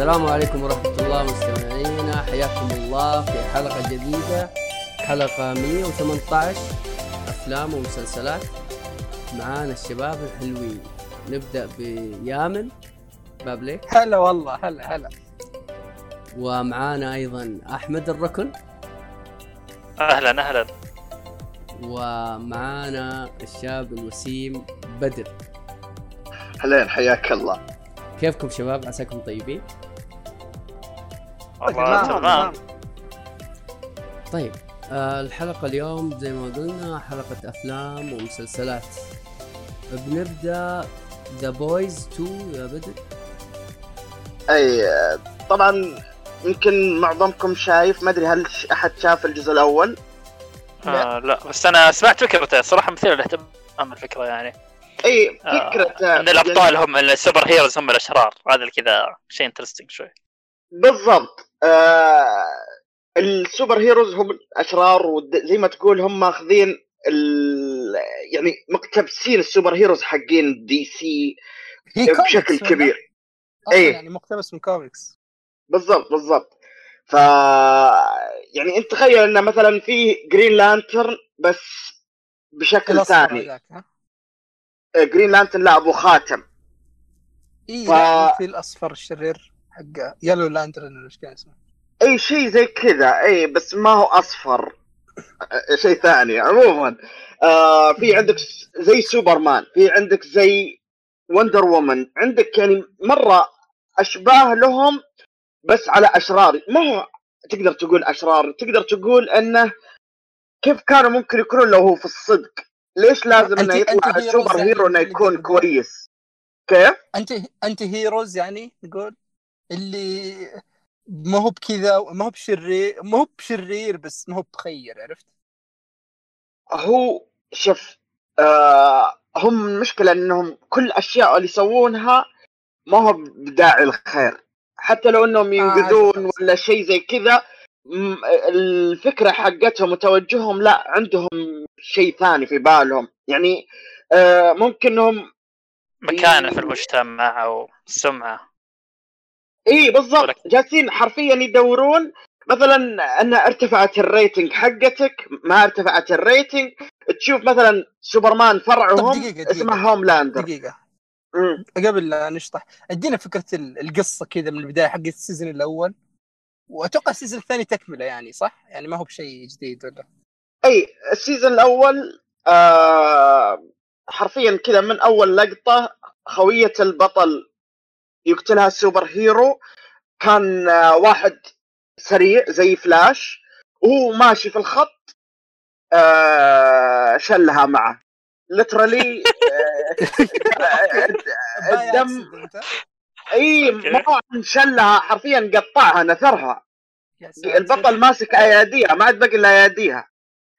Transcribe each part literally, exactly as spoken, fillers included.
السلام عليكم ورحمة الله مستمعينا، حياكم الله في حلقة جديدة، حلقة مية وثمانية عشر أفلام ومسلسلات. معانا الشباب الحلوين، نبدأ بيامن بابليك. هلا والله، هلا هلا. ومعانا أيضا أحمد الركن. أهلا أهلا. ومعانا الشاب الوسيم بدر. هلا، حياك الله. كيفكم شباب؟ عساكم طيبين؟ والله تمام. طيب آه الحلقة اليوم زي ما قلنا حلقة أفلام ومسلسلات. بنبدأ The Boys تو يا بدر. أي طبعا يمكن معظمكم شايف، ما أدري هل أحد شاف الجزء الأول؟ آه لا بس أنا سمعت فكرته صراحة مثيرة للاهتمام الفكرة يعني. أي فكرة آه أن الأبطال هم السوبر هيروز هم الأشرار، هذا كذا شيء انترستينج شوي. بالضبط. آه السوبر هيروز هم الأشرار، وزي ما تقول هم ماخذين يعني مقتبسين السوبر هيروز حقين دي سي بشكل كبير. أي يعني مقتبس من كوميكس. بالضبط بالضبط. ف يعني انت تخيل ان مثلا في جرين لانترن بس بشكل ثاني. جرين لانترن لا ابو خاتم. اي ف... لا في الاصفر الشرير حق يلو لانترن ايش كان اسمه، اي شيء زي كذا. اي بس ما هو اصفر، شيء ثاني عموما. آه في عندك زي سوبرمان، في عندك زي وندر وومن، عندك يعني مره اشباه لهم بس على اشرار. ما هو تقدر تقول اشرار، تقدر تقول انه كيف كانوا ممكن يكونون لو هو في الصدق. ليش لازم انه يطلع سوبر هيرو انه يكون كويس؟ كيف انت انت هيروز يعني نقول اللي ما هو بكذا، ما هو بشرير، ما هو بشرير بس ما هو بخير، عرفت؟ هو شوف، آه هم المشكله انهم كل الاشياء اللي يسوونها ما هو بداعي الخير، حتى لو انهم ينقذون آه ولا شيء زي كذا. الفكرة حقتهم وتوجههم لا عندهم شيء ثاني في بالهم، يعني آه ممكنهم مكانة في المجتمع أو سمعة. اي بالضبط، جالسين حرفيا يدورون مثلا ان ارتفعت الريتنج حقتك، ما ارتفعت الريتنج. تشوف مثلا سوبرمان فرعهم دقيقة دقيقة اسمه هوملاندر. دقيقة مم. قبل لا نشطح ادينا فكرة القصة كذا من البداية حق السيزون الأول، وأتوقع السيزون الثاني تكملة يعني صح؟ يعني ما هو بشيء جديد ولا؟ اي السيزون الأول آه حرفيا كذا من أول لقطة خوية البطل يقتلها السوبر هيرو. كان آه واحد سريع زي فلاش وهو ماشي في الخط، آه شلها معه لترالي. الدم اي ما شلها حرفيا، قطعها نثرها. البطل ماسك اياديها، ما عاد باقي الا اياديها.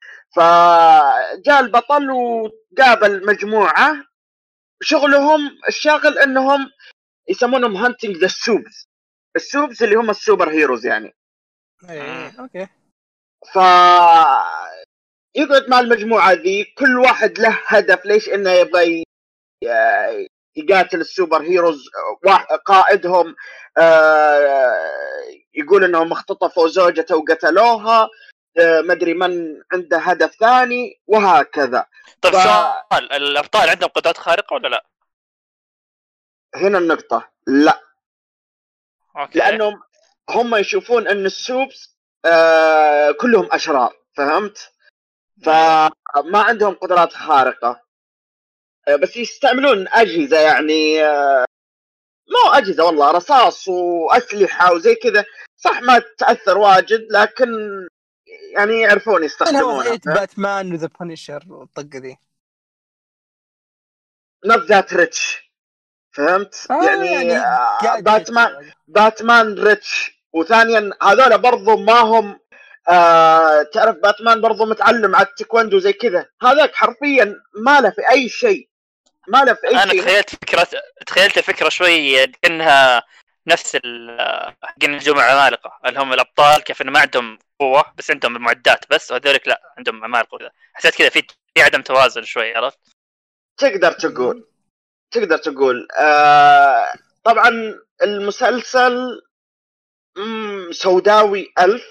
فجاء البطل وقابل مجموعه شغلهم الشاغل انهم يسمونهم هانتينج ذا سوبز. السوبز اللي هم السوبر هيروز يعني. ايه اوكي. ف يقعد مع المجموعه ذي، كل واحد له هدف ليش انه يبغى يقاتل السوبر هيروز. قائدهم يقول انهم اختطفوا زوجته وقتلوها، ما ادري من عنده هدف ثاني وهكذا. طيب ف... سؤال، الابطال عندهم قدرات خارقه ولا لا؟ هنا النقطه لا. أوكي. لانهم هم يشوفون ان السوبس آه كلهم اشرار، فهمت؟ فما عندهم قدرات خارقه، بس يستعملون أجهزة يعني مو أجهزة والله، رصاص وأسلحة وزي كذا. صح ما تأثر واجد لكن يعني يعرفون يستخدمونها. باتمان وذا بانيشر والطقة دي not that rich، فهمت؟ آه يعني, يعني باتمان باتمان ريتش. وثانيا هذول برضو ما هم آه تعرف باتمان برضو متعلم على التايكوندو زي كذا، هذاك حرفيا ما له في أي شيء، ما له في أي أنا شيء. تخيلت فكرة تخيلت الفكرة شوي كأنها نفس حقين النجوم العمالقة اللي هم الأبطال، كيف إنه ما عندهم قوة بس عندهم المعدات بس، وهذولك لا عندهم عمالقة كذا. حسيت كذا في في عدم توازن شوي، عرفت؟ تقدر تقول تقدر تقول آه طبعا المسلسل مم سوداوي ألف،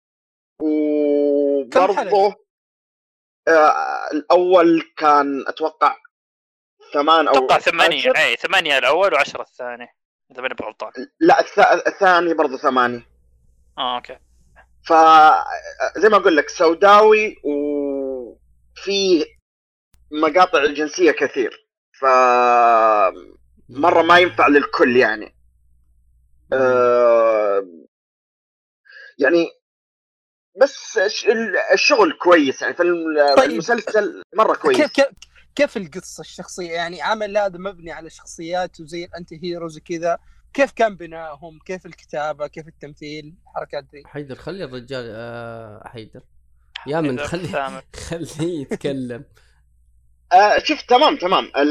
وبرضه آه الأول كان أتوقع ثمان أو أتوقع ثمانية. عشر. أي ثمانية الأول وعشرة الثاني إذا بني بغلطان. لا الث- الثاني برضه ثمانية. آه أوكي. فزي ما أقول لك سوداوي وفي مقاطع الجنسية كثير، فمرة ما ينفع للكل يعني. أه يعني بس الشغل كويس يعني، فالمسلسل مرة كويس. كيف كيف كيف القصة الشخصية يعني؟ عمل هذا مبني على شخصيات وزي الأنتي هيروز كذا، كيف كان بنائهم؟ كيف الكتابة؟ كيف التمثيل؟ الحركات دي. حيدر خلي الرجال آه حيدر يا من خلي خليه يتكلم. آه شوف تمام تمام ال...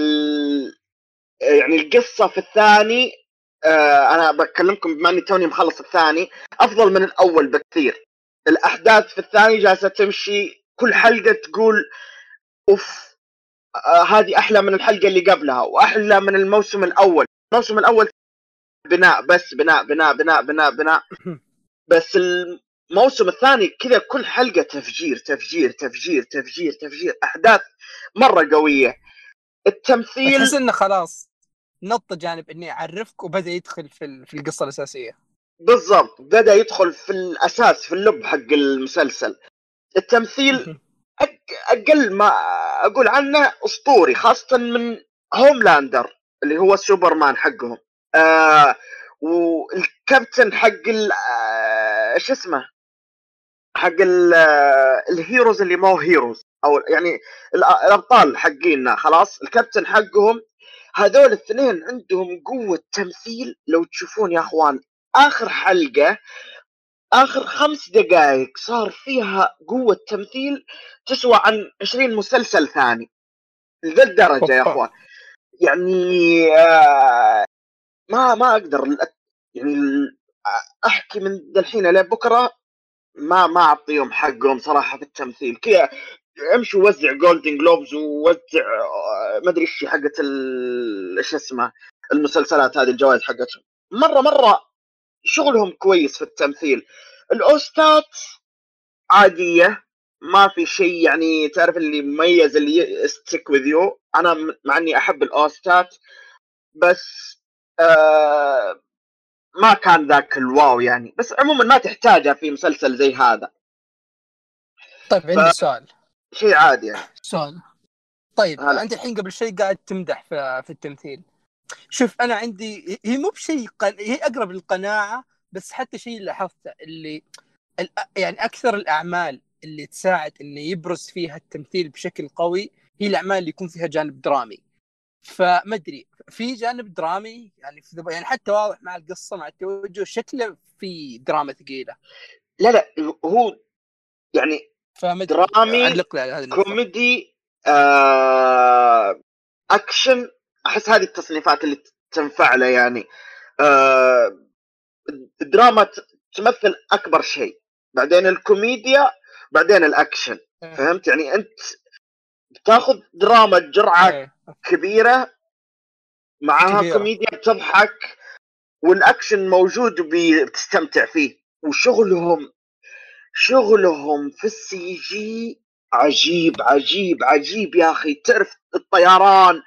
يعني القصة في الثاني آه أنا بكلمكم بما أني توني مخلص الثاني، أفضل من الأول بكثير. الأحداث في الثاني جالسة تمشي كل حلقة تقول أوف آه هذه أحلى من الحلقة اللي قبلها وأحلى من الموسم الأول. الموسم الأول بناء بس بناء بناء بناء بناء بناء بس الموسم الثاني كذا كل حلقة تفجير تفجير تفجير تفجير تفجير أحداث مرة قوية. التمثيل تحس إنه خلاص نط جانب إني أعرفك وبدأ يدخل في في القصة الأساسية. بالضبط بدأ يدخل في الأساس في اللب حق المسلسل. التمثيل أقل ما أقول عنه أسطوري، خاصة من هوملاندر اللي هو سوبرمان حقهم. آه والكابتن حق آه شو اسمه حق الهيروز اللي مو هيروز او يعني الابطال حقينا خلاص، الكابتن حقهم. هذول الاثنين عندهم قوة تمثيل لو تشوفون يا اخوان. اخر حلقة اخر خمس دقائق صار فيها قوة تمثيل تسوى عن عشرين مسلسل ثاني لذا الدرجة يا اخوان. يعني آه ما ما اقدر يعني احكي من الحين لبكره ما ما اعطيهم حقهم صراحه في التمثيل. كذا امشي ووزع جولدن جلوبز ووزع ما ادري ايش حقه ايش اسمه المسلسلات هذه الجوائز حقتهم. مره مره شغلهم كويس في التمثيل. الاوستات عاديه ما في شيء يعني تعرف اللي مميز اللي ستيك وذ يو. انا مع اني احب الاوستات بس آه ما كان ذاك الواو يعني، بس عموما ما تحتاجها في مسلسل زي هذا. طيب عندي سؤال. شيء عادي يعني. سؤال طيب هلا. انت الحين قبل شيء قاعد تمدح في في التمثيل. شوف انا عندي هي مو بشيء قن... هي اقرب للقناعه، بس حتى شيء لاحظته اللي ال... يعني اكثر الاعمال اللي تساعد انه يبرز فيها التمثيل بشكل قوي هي الاعمال اللي يكون فيها جانب درامي. فما ادري في جانب درامي يعني في يعني حتى واضح مع القصه مع التوجه شكله في دراما ثقيله. لا لا هو يعني درامي كوميدي آه، اكشن. احس هذه التصنيفات اللي تنفع له يعني. آه، الدراما تمثل اكبر شيء، بعدين الكوميديا، بعدين الاكشن. فهمت يعني؟ انت بتاخذ دراما جرعه كبيره معها كبيرة. كوميديا بتضحك والاكشن موجود وبتستمتع فيه. وشغلهم شغلهم في السي جي عجيب عجيب عجيب يا اخي. تعرف الطيران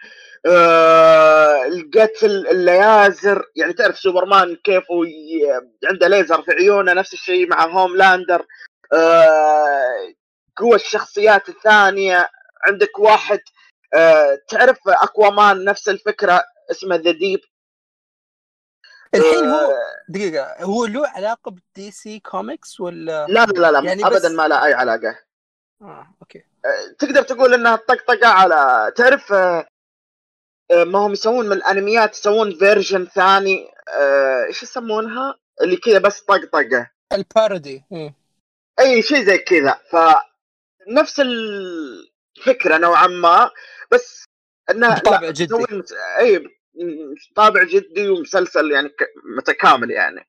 آه، القتل الليازر يعني. تعرف سوبرمان كيف عنده ليزر في عيونه، نفس الشيء مع هوملاندر. آه، قوة الشخصيات الثانية عندك واحد آه، تعرف اكوامان نفس الفكرة اسمه ذا ديب. الحين هو دقيقة هو له علاقة بالدي سي كوميكس ولا لا لا لا يعني ابدا ما له اي علاقة. اه اوكي. تقدر تقول انها طقطقة على تعرف ما هم يسوون من الانميات يسوون فيرجن ثاني ايش يسمونها اللي كذا بس طقطقة البارودي. اي شيء زي كذا. فنفس الفكرة نوعا ما بس انها طابع جدي. اي طابع جدي ومسلسل يعني متكامل يعني.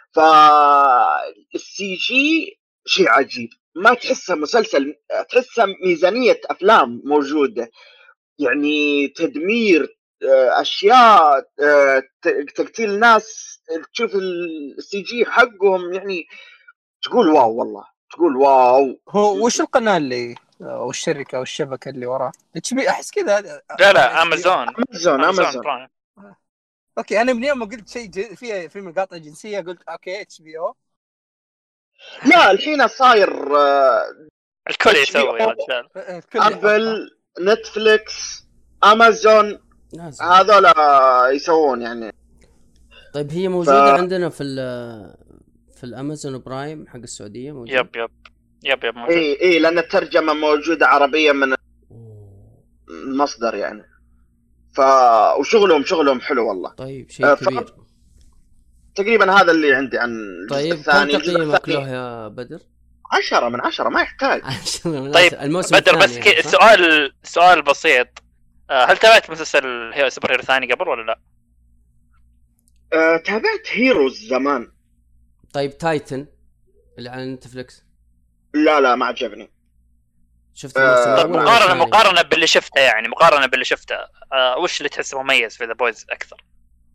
فالسي جي شيء عجيب ما تحسه مسلسل، تحسه ميزانية أفلام موجودة يعني. تدمير آه، اشياء آه، ت- تقتيل ناس، تشوف السي جي حقهم يعني تقول واو والله، تقول واو. هو وش القناه اللي او الشركه او الشبكه اللي وراه؟ اتش بي احس كذا. لا لا امازون امازون امازون امازون برايم. اوكي انا من يوم ما قلت شيء ج... في في مقاطع جنسيه قلت اوكي اتش بي او. لا الحين صاير آه، الكل إتش بي يسوي يا أو، رجال. الكل ابل، نتفليكس، امازون، لازم. هذول يسوون يعني. طيب هي ف... موجودة عندنا في ال في الامازون برايم حق السعودية موجود؟ يب يب يب يب موجود. اي اي لان الترجمه موجوده عربيه من أوه. المصدر يعني. ف وشغلهم شغلهم حلو والله. طيب شيء آه، كبير. ف... تقريبا هذا اللي عندي عن الجزء طيب كم الثاني. الجزء تقييمك الثاني له يا بدر؟ عشرة من عشرة ما يحتاج. طيب الموسم بدر بس الثاني كي... سؤال سؤال بسيط. آه، هل تابعت مسلسل هي سوبر هيرو ثاني قبل ولا لا؟ أه، تابعت هيروز زمان. طيب تايتن اللي على نتفليكس؟ لا لا ما عجبني. شفت الموسم آه، طيب الاول ولا مقارنة الثاني؟ مقارنة باللي شفته يعني مقارنة باللي شفته آه، وش اللي تحسه مميز في ذا بويز أكثر؟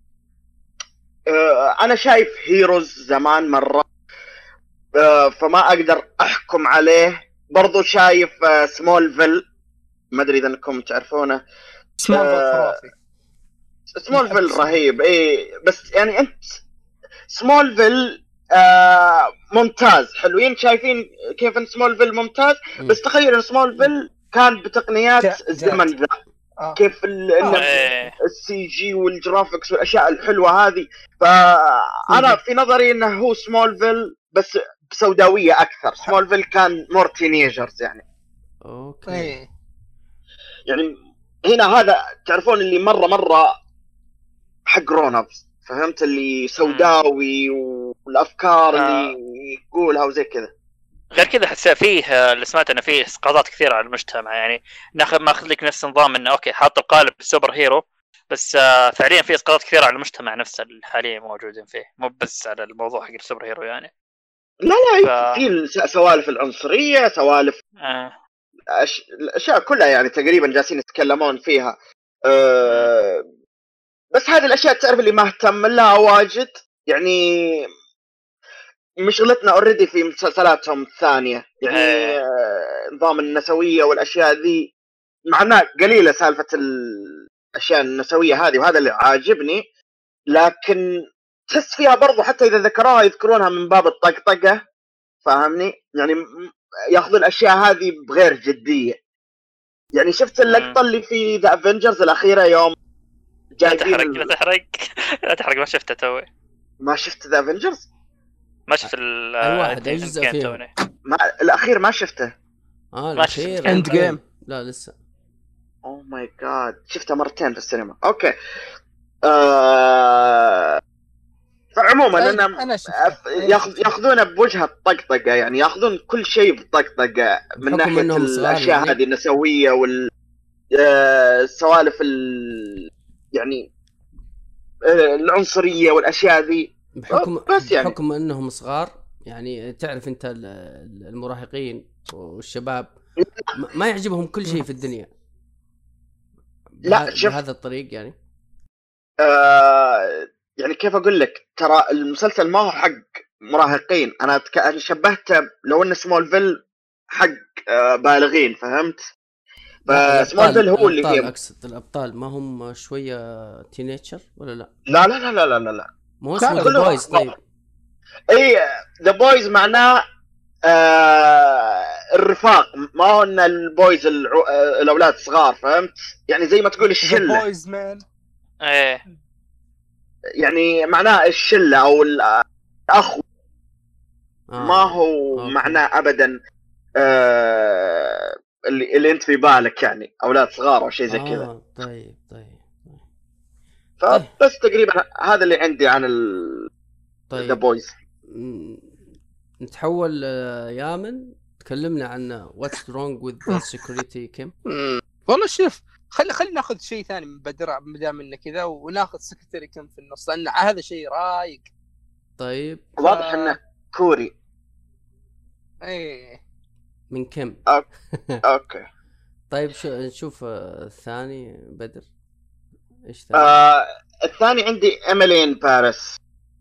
أه انا شايف هيروز زمان مرة، أه فما اقدر احكم عليه. برضو شايف أه سمولفيل، ما ادري اذا انكم تعرفونه. سمول آه، خرافي. سمولفيل رهيب اي، بس يعني انت سمولفيل آه ممتاز حلوين، شايفين كيف ان سمولفيل ممتاز. مم. بس تخيل ان سمولفيل كان بتقنيات جا- الزمن ذا، آه. كيف ال- إن آه. إيه. السي جي والجرافيكس والاشياء الحلوه هذه. فانا في نظري انه هو سمولفيل بس سوداويه اكثر. سمولفيل كان مور تينيجرز يعني. اوكي. ايه يعني هنا هذا تعرفون اللي مره مره حق جرون ابس، فهمت؟ اللي سوداوي والافكار اللي يقولها وزي كذا. غير كذا حتى فيه آه، اللي سمعت انه فيه اسقاطات كثيره على المجتمع يعني ناخذ ماخذ لك نفس نظام انه اوكي حاط القالب بالسوبر هيرو بس آه، فعليا في اسقاطات كثيره على المجتمع نفسه اللي حاليا موجودين فيه مو بس على الموضوع حق السوبر هيرو يعني. لا لا ف- في الس- سوالف العنصريه، سوالف آه. أش... الاشياء كلها يعني تقريبا جالسين يتكلمون فيها. أه... بس هذه الاشياء تعرف اللي ما اهتم لها واجد يعني. مشغلتنا اوريدي في مسلسلاتهم الثانيه يعني. إيه. آه، نظام النسويه والاشياء ذي معناه قليله سالفه الاشياء النسويه هذه، وهذا اللي عاجبني. لكن تحس فيها برضو حتى اذا ذكروها يذكرونها من باب الطقطقه، فاهمني؟ يعني م- ياخذوا الاشياء هذه بغير جديه. يعني شفت اللقطه اللي في ذا افنجرز الاخيره يوم لا تحرق جايبين لا تحرق لا تحرق ما شفته توي ما شفت ذا افنجرز؟ ما شفت ال الواحد اي جزء كان فيه؟ توني. ما الاخير ما شفته. اه ما الاخير End game. لا لسه. اوه ماي جاد شفته مرتين في السينما. اوكي آه... فعموما انا انا شفت ياخذ ياخذونه بوجه الطقطقه يعني، ياخذون كل شيء بالطقطقه من بحكم ناحيه إنهم صغار الاشياء يعني. هذه النسويه وال آه، السوالف ال... يعني آه، العنصريه والاشياء ذي. بحكم بس يعني. بحكم انهم صغار يعني تعرف انت ال- ال- المراهقين والشباب ما- ما يعجبهم كل شيء في الدنيا. لا، بها- شوف. بهذا الطريق يعني. آه يعني كيف اقول لك، ترى المسلسل ما هو حق مراهقين. انا أتك... أنا شبهته لو ان سمولفيل حق آه بالغين، فهمت؟ لا، فسمولفيل هو اللي الابطال فيه. اقصد الابطال ما هم شويه تينيتشر ولا لا؟ لا لا لا لا لا لا, لا. مو اسمه ذا كله- بويز طيب. اي ذا بويز معناه آه الرفاق، ما هو ان البويز العو... آه الاولاد صغار، فهمت؟ يعني زي ما تقول الشله، بويز مان. ايه يعني معناه الشله او الاخ. آه. ما هو أوكي. معناه ابدا آه اللي اللي انت في بالك يعني اولاد صغار او شيء زي كذا. آه. طيب طيب فبس تقريبا هذا اللي عندي عن ال ذا طيب بويز. م- نتحول آه، يامن تكلمنا عن واتس رونج وذ سيكوريتي كيم. والله شوف خلي خلينا ناخذ شيء ثاني من بدر ما دام انه كذا، وناخذ سكرتيري كم في النص لان هذا شيء رايق. طيب واضح انه كوري. ايه من كم؟ اوكي طيب شو نشوف آه، الثاني بدر. ايش ثاني؟ آه الثاني عندي إيميلي إن باريس.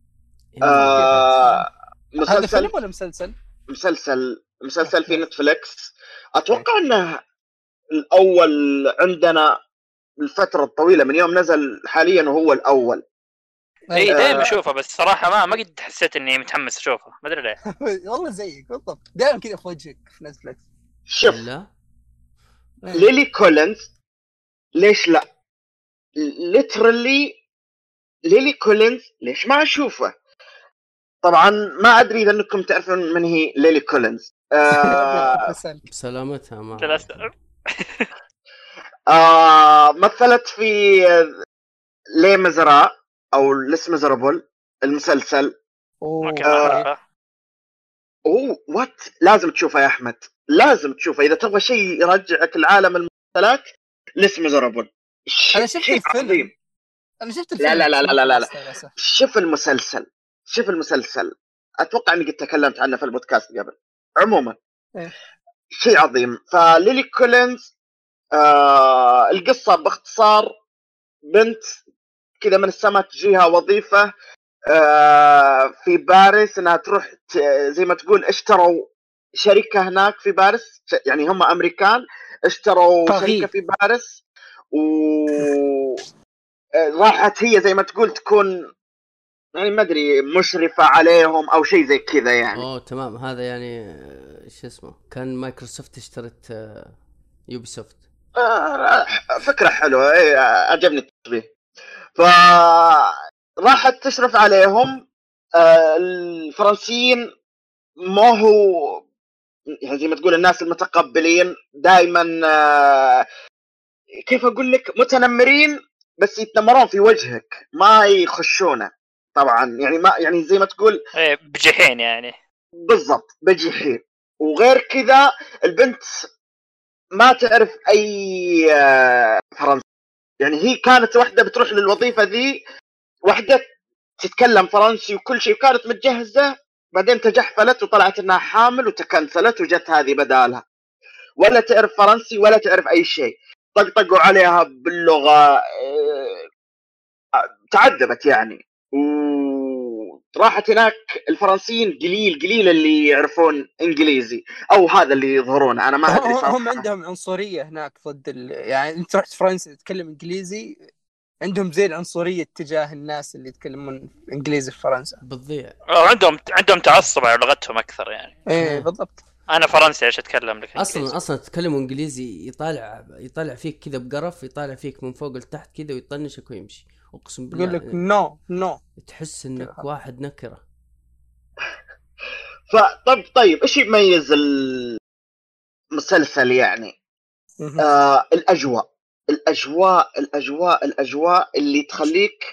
آه هذا فيلم مسلسل ولا مسلسل؟ مسلسل مسلسل في أوكي. نتفليكس. اتوقع انه الاول عندنا الفتره الطويله من يوم نزل حاليا وهو الاول. اي آه. دائما اشوفه بس صراحه ما ما قد حسيت اني متحمس اشوفه ما ادري ليه. والله زيك بالضبط دائما كذا في وجهك في نتفلكس. شوف لا ليلي كولينز ليش لا ليترلي ليلي كولينز ليش ما اشوفه؟ طبعا ما ادري اذا انكم تعرفون من هي ليلي كولينز. آه بسلامتها ما للاسف. آه مثلت في لي مزراء او ليس مزرابل المسلسل. اوكي أوه. ما اعرفه. اوه وات لازم تشوفه يا احمد لازم تشوفه اذا تبغى شيء يرجعك العالم المسلسلات. ليس مزرابل انا شفت الفيلم انا شفت الفيلم لا لا لا لا لا, لا. لا. شوف المسلسل شوف المسلسل اتوقع اني قد تكلمت عنه في البودكاست قبل. عموما إيه. شيء عظيم. فليلي كولينز آه القصة باختصار بنت كذا من السماء تجيها وظيفة آه في باريس انها تروح زي ما تقول اشتروا شركة هناك في باريس يعني هم امريكان اشتروا طغي. شركة في باريس و راحت هي زي ما تقول تكون يعني ما ادري مشرفة عليهم او شيء زي كذا يعني. اوه تمام هذا يعني ايش اسمه كان مايكروسوفت اشترت يوبي سوفت. آه فكرة حلوة ايه عجبني التشبيه. فراحت تشرف عليهم. آه الفرنسيين ما هو يعني زي ما تقول الناس المتقبلين دائما آه كيف اقول لك متنمرين بس يتنمرون في وجهك ما يخشونه طبعا يعني ما يعني زي ما تقول ايه بجحين يعني بالضبط بجحين. وغير كذا البنت ما تعرف اي آه فرنسي يعني هي كانت واحدة بتروح للوظيفة ذي واحدة تتكلم فرنسي وكل شيء وكانت متجهزة بعدين تجحفلت وطلعت انها حامل وتكنسلت وجت هذه بدالها ولا تعرف فرنسي ولا تعرف اي شيء. طقطقوا عليها باللغة تعذبت يعني. وراحت هناك الفرنسيين قليل قليل اللي يعرفون انجليزي او هذا اللي يظهرون انا ما ادري صراحة. هم عندهم عنصرية هناك ضد ال... يعني انت رحت فرنسا تتكلم انجليزي عندهم زي العنصرية تجاه الناس اللي يتكلمون انجليزي في فرنسا بالضيع. عندهم عندهم تعصب على لغتهم اكثر يعني. ايه بالضبط. انا فرنسي ايش اتكلم لك اصلا إنجليزي. اصلا تتكلموا انجليزي يطالع يطالع فيك كذا بقرف يطالع فيك من فوق لتحت كذا ويطنشك ويمشي اقسم بالله. يقول لك نو نو تحس انك واحد نكره. فطب طيب ايش يميز المسلسل يعني؟ آه الاجواء الاجواء الاجواء الاجواء اللي تخليك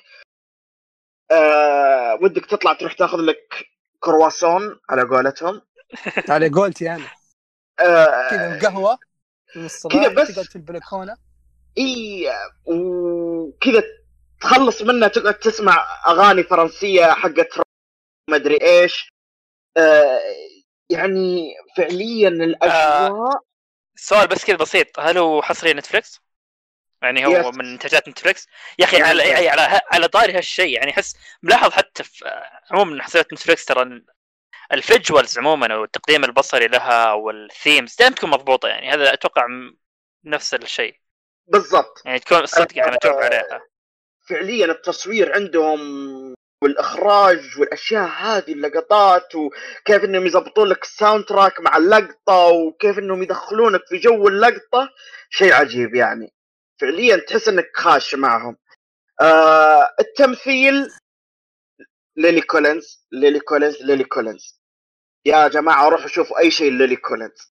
آه ودك تطلع تروح تاخذ لك كرواسون على قولتهم. على قولتي انا آه كذا قهوه من الصباح كذا بس تقعد في البلكونه اي وكذا تخلص منها تقعد تسمع اغاني فرنسيه حقت ما ادري ايش. آه يعني فعليا الاجواء. آه سؤال بس كذا بسيط هل هو حصري نتفليكس؟ يعني هو Yes. من منتجات نتفليكس يا اخي. على يعني على على طاري هالشيء يعني احس ملاحظ حتى في عموما حصريات نتفليكس ترى الفيجوالز عموما والتقديم البصري لها والثيمز دائما تكون مضبوطه يعني. هذا اتوقع نفس الشيء بالضبط يعني تكون الصدق يعني متعوب عليها. فعليا التصوير عندهم والاخراج والاشياء هذه اللقطات وكيف انهم يضبطون لك الساوند تراك مع اللقطه وكيف انهم يدخلونك في جو اللقطه شيء عجيب يعني. فعليا تحس انك خاش معهم. آه التمثيل ليلي كولينز ليلي كولينز ليلي كولينز يا جماعه روحوا شوفوا اي شيء ليلي كولينز.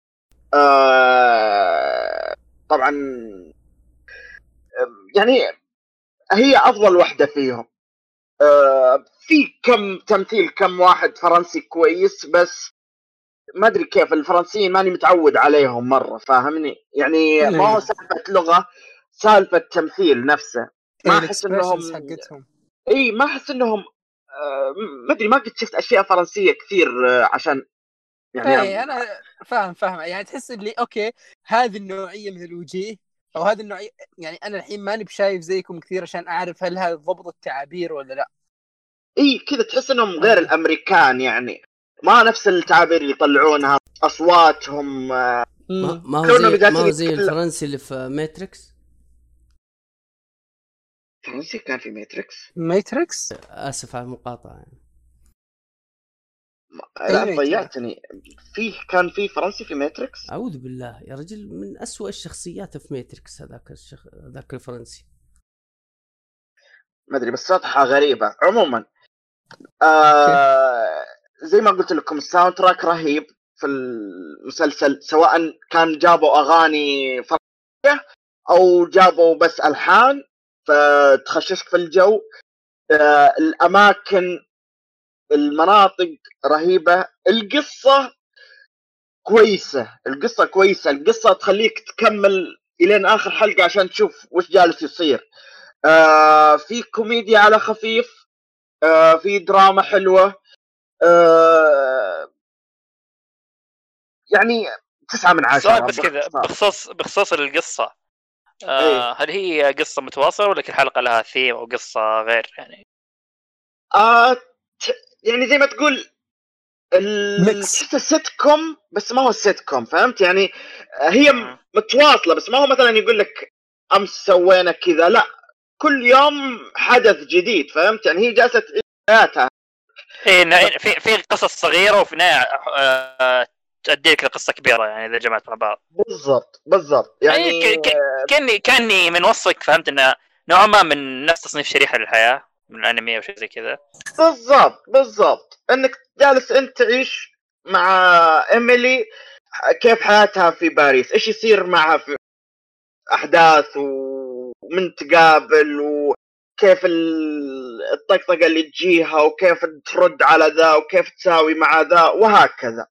آه طبعا يعني هي افضل واحده فيهم. آه في كم تمثيل كم واحد فرنسي كويس بس ما ادري كيف الفرنسيين ماني متعود عليهم مره فاهمني يعني ما هو سالفه لغه سالفه تمثيل نفسه. ما احس انهم اي ما احس انهم آه ما ادري ما قد شفت اشياء فرنسيه كثير آه عشان يعني اي انا فاهم فاهم يعني تحس اللي اوكي هذه النوعيه من الوجيه او هذا النوع. يعني انا الحين ماني بشايف زيكم كثير عشان اعرف هل هذا ضبط التعابير ولا لا. اي كذا تحس انهم غير الامريكان، يعني ما نفس التعابير اللي يطلعونها، اصواتهم آه، ما ما هو كونهم زي ما جالسين هو زي يتكلم- الفرنسي اللي في ماتريكس. فرنسي كان في ماتريكس. ماتريكس. اسف على المقاطعه يعني. لا أي ضيعتني، فيه كان في فرنسي في ماتريكس. اعوذ بالله يا رجل، من أسوأ الشخصيات في ماتريكس هذاك الشخ... هذاك الفرنسي. ما ادري بس سطحة غريبة. عموما آه زي ما قلت لكم الساوند تراك رهيب في المسلسل، سواء كان جابوا اغاني فرنسية او جابوا بس الحان فتخششك في الجو. آه الاماكن، المناطق رهيبة، القصة كويسة، القصة كويسة، القصة تخليك تكمل إلين آخر حلقة عشان تشوف وش جالس يصير. آه في كوميديا على خفيف، آه في دراما حلوة، آه يعني تسعة من عشرة. سؤال بس كذا بخصوص بخصوص القصة، آه إيه. هل هي قصة متواصلة ولا كل حلقة لها ثيم أو قصة غير يعني؟ آه ت- يعني زي ما تقول ال- ميكس. تحسه سيت كوم بس ما هو سيت كوم، فهمت يعني؟ آه، هي مم. متواصلة بس ما هو مثلا يقول لك أمس سوينا كذا، لا كل يوم حدث جديد، فهمت يعني؟ هي جالسة تعيش حياتها. إيه نا- في في قصص صغيرة وفي نهاية آه تؤدي لك لقصة كبيرة يعني إذا جمعت مع بعض. بالضبط بالضبط يعني يعني ك- ك- كأني كأني من وصفك فهمت إنه نوعا ما من نفس تصنيف شريحة للحياة من الأنمي أو شيء زي كذا. بالضبط بالضبط انك جالس انت تعيش مع ايميلي كيف حياتها في باريس، ايش يصير معها في احداث ومن تقابل وكيف ال- الطقطقه اللي تجيها وكيف ترد على ذا وكيف تساوي مع ذا وهكذا.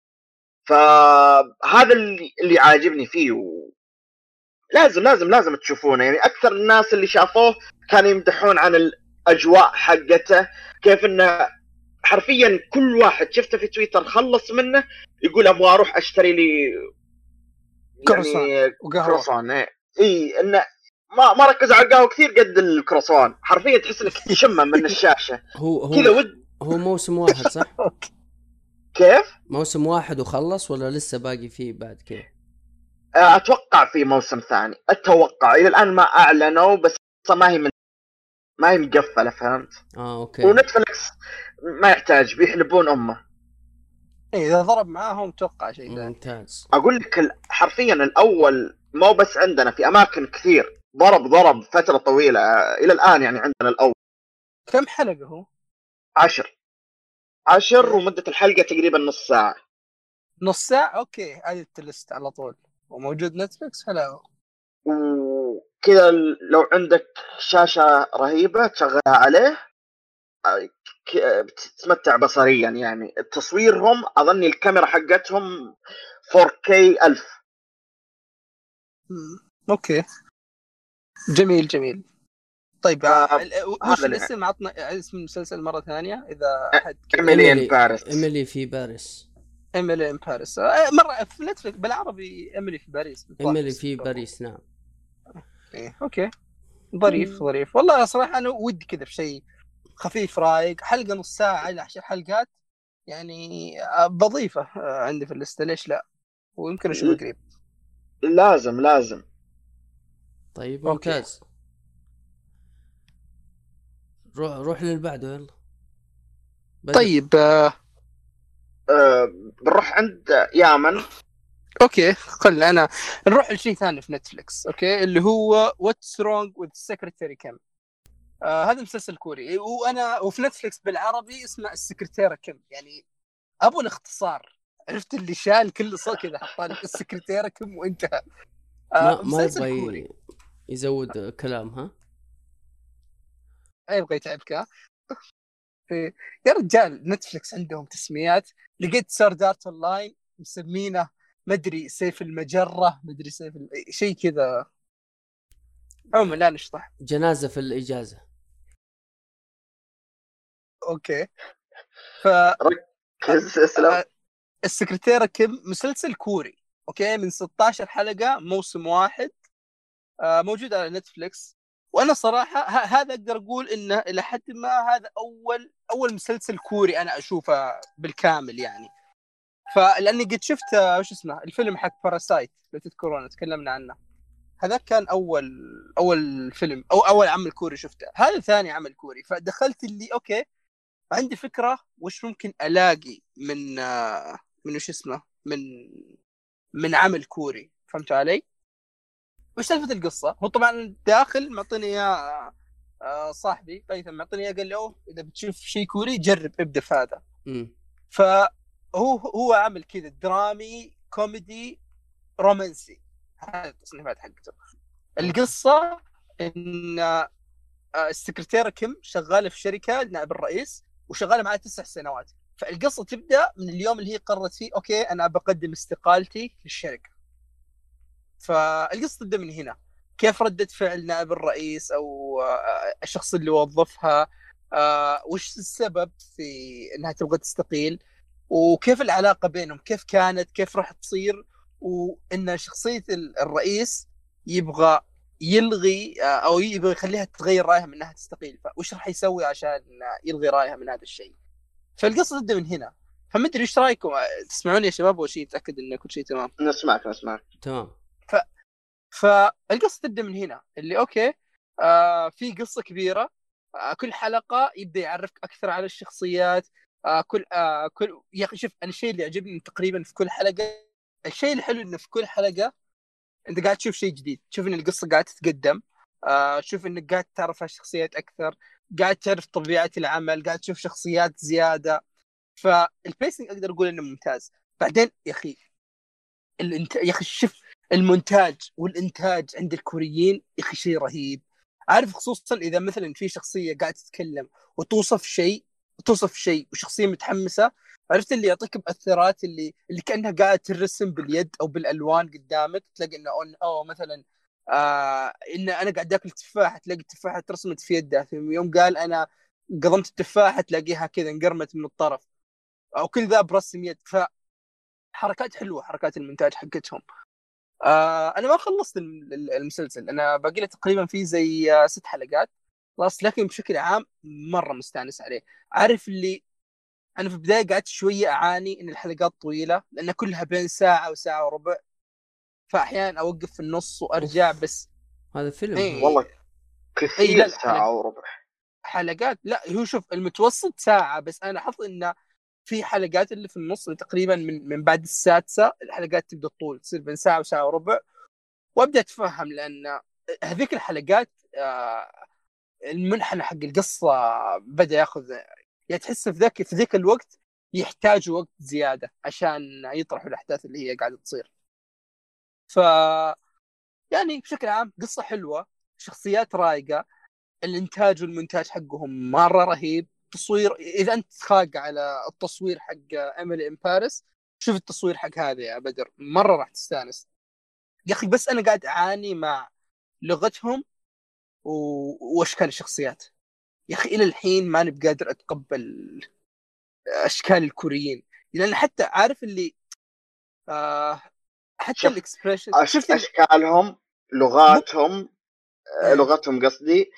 فهذا اللي اللي عاجبني فيه و... لازم لازم لازم تشوفونه. يعني اكثر الناس اللي شافوه كانوا يمدحون عن الاجواء حقته، كيف انه حرفيا كل واحد شفته في تويتر خلص منه يقول ابغى اروح اشتري لي كروسون يعني وقهوة. كروسون. اي إيه انه ما ما ركز على القهوه كثير قد الكروسون، حرفيا تحس انك تشمه من الشاشه هو هو كذا ود. هو موسم واحد صح؟ كيف؟ موسم واحد وخلص ولا لسه باقي فيه بعد كذا؟ اتوقع في موسم ثاني، اتوقع الى الان ما اعلنوا، بس ما هي من ما هي مقفله، فهمت؟ اه اوكي. ونتفلكس ما يحتاج، بيحلبون امه. إيه إذا ضرب معاهم توقع شيء ثاني. ممتاز. اقول لك ال- حرفيا الاول مو بس عندنا، في اماكن كثير ضرب ضرب فتره طويله الى الان. يعني عندنا الاول كم حلقة هو؟ عشر عشر ومده الحلقه تقريبا نص ساعه. نص ساعة. أوكي هذه التلست على طول وموجود نتفلكس. هلا وكذا ال- لو عندك شاشه رهيبه تشغلها عليه ك- بتتمتع بصريا. يعني تصويرهم اظني الكاميرا حقتهم فور كي ألف. مم. أوكي جميل جميل. طيب آه، ال- وش هذا اللي- الاسم؟ عطنا اسم المسلسل مرة ثانية إذا أحد كذا. إيميلي إن باريس. إيميلي في باريس. إيميلي إن باريس. آه، مرة في نتفلكس بالعربي إيميلي في باريس. إيميلي في باريس نعم. إيه. أوكي ظريف ظريف والله صراحة. أنا ودي كذا في شيء خفيف رايق، حلقة نص ساعة إلى عشر حلقات يعني. آه، بضيفه آه، عندي في الليستة، ليش لا؟ ويمكن أشوفه قريب. لازم لازم. طيب أوكي. ممتاز. روح روح للبعده يلا. بدر. طيب آه، أه بنروح عند يامن. اوكي خلنا انا نروح لشيء ثاني في نتفلكس. اوكي اللي هو واتس رونج وذ سكرتيري كيم. آه هذا مسلسل كوري وانا وفي نتفلكس بالعربي اسمه السكرتيرة كيم. يعني ابو الاختصار، عرفت اللي شال كل صوت كذا حطالك السكرتيرة كيم وانتهى. آه ما ما مسلسل يبغى كوري. ي- يزود كلام ها. يبغى يتعبك ها؟ إيه. يا رجال نتفلكس عندهم تسميات. لقيت سورد ارت اون لاين مسمينه مدري سيف المجرة، مدري سيف ال... شيء كذا. عموما لا نشطح. جنازة في الإجازة. اوكي ف ركز اسلم. آه، السكرتيرة كيم مسلسل كوري. اوكي من ستة عشر حلقة موسم واحد. آه موجود على نتفليكس. وانا صراحه ه- هذا اقدر اقول انه الى حد ما هذا اول اول مسلسل كوري انا اشوفه بالكامل يعني. فلاني قد شفت آه، وش اسمه الفيلم حق باراسايت لو تذكرونه تكلمنا عنه، هذا كان اول اول فيلم او اول عمل كوري شفته، هذا ثاني عمل كوري. فدخلت اللي اوكي عندي فكره وش ممكن الاقي من آه، من وش اسمه من من عمل كوري، فهمت علي؟ وش سالفه القصه؟ هو طبعا داخل معطيني اياه آه، صاحبي بيثم معطيني اياه، قال لي اوه اذا بتشوف شيء كوري جرب ابدا في هذا. امم فهو هو عمل كذا درامي كوميدي رومانسي، هذه التصنيفات حقته. القصه ان آه، السكرتيرة كيم شغاله في شركه نائب الرئيس وشغاله معاه تسع سنوات. فالقصه تبدا من اليوم اللي هي قررت فيه اوكي انا بقدم استقالتي للشركه. فالقصه تبدا من هنا، كيف ردة فعل نائب الرئيس او آه، الشخص اللي وظفها، آه، وش السبب في انها تبغى تستقيل، وكيف العلاقه بينهم كيف كانت كيف راح تصير، وان شخصيه الرئيس يبغى يلغي آه، او يبغى يخليها تغير رايها من انها تستقيل، فوش راح يسوي عشان يلغي رايها من هذا الشيء. فالقصه تبدا من هنا. فما ادري ايش رايكم، تسمعوني يا شباب؟ اول شيء اتاكد ان كل شيء تمام. نسمعك نسمعك تمام. ف... فالقصه تبدا من هنا اللي اوكي آه في قصه كبيره، آه كل حلقه يبدا يعرفك اكثر على الشخصيات. آه كل آه كل يا اخي شوف، انا الشيء اللي يعجبني تقريبا في كل حلقه، الشيء الحلو انه في كل حلقه انت قاعد تشوف شيء جديد، تشوف ان القصه قاعده تتقدم، آه تشوف انك قاعد تعرف الشخصيات اكثر، قاعد تعرف طبيعه العمل، قاعد تشوف شخصيات زياده. فالبيسنج اقدر اقول انه ممتاز. بعدين يا اخي الانت... يا اخي شوف المونتاج والانتاج عند الكوريين يا اخي شيء رهيب. عارف خصوصا اذا مثلا في شخصيه قاعده تتكلم وتوصف شيء توصف شيء وشخصيه متحمسه، عرفت اللي يعطيك مؤثرات اللي اللي كانها قاعده ترسم باليد او بالالوان قدامك، تلاقي انه او مثلا آه ان انا قاعد اكل تفاحه تلاقي التفاحه ترسمت في يده، في يوم قال انا قضمت التفاحه تلاقيها كذا انقرمت من الطرف، او كل ذا برسم يد. فحركات حلوه حركات المونتاج حقتهم. آه انا ما خلصت الم- المسلسل، انا باقي له تقريبا فيه زي آه، ست حلقات خلاص، لكن بشكل عام مره مستانس عليه. عارف اللي انا في البدايه قعدت شويه اعاني ان الحلقات طويله لان كلها بين ساعه وساعه وربع، فاحيانا اوقف في النص وارجع. بس هذا فيلم ايه هذا. والله اي كثير لا لا حلق... ساعة وربع. حلقات لا هو شوف المتوسط ساعه، بس انا لاحظت انه في حلقات اللي في النص اللي تقريبا من من بعد السادسه الحلقات تبدا طول تصير بين ساعه وساعه وربع، وابدا اتفهم لان هذيك الحلقات آه، المنحنى حق القصه بدا ياخذ، يعني تحس في ذاك في ذيك الوقت يحتاجوا وقت زياده عشان يطرحوا الاحداث اللي هي قاعده تصير. ف يعني بشكل عام قصه حلوه، شخصيات رايقه، الانتاج والمونتاج حقهم مره رهيب. تصوير اذا انت خاق على التصوير حق ايميلي ان باريس، شوف التصوير حق هذا يا بدر مره راح تستانس يا اخي. بس انا قاعد اعاني مع لغتهم و... واشكال الشخصيات يا اخي، الى الحين ماني بقادر اتقبل اشكال الكوريين، لان حتى عارف اللي آه حتى شوف الاكسبريشن أش... شفت ال... اشكالهم مو... لغاتهم آه، إيه. لغتهم قصدي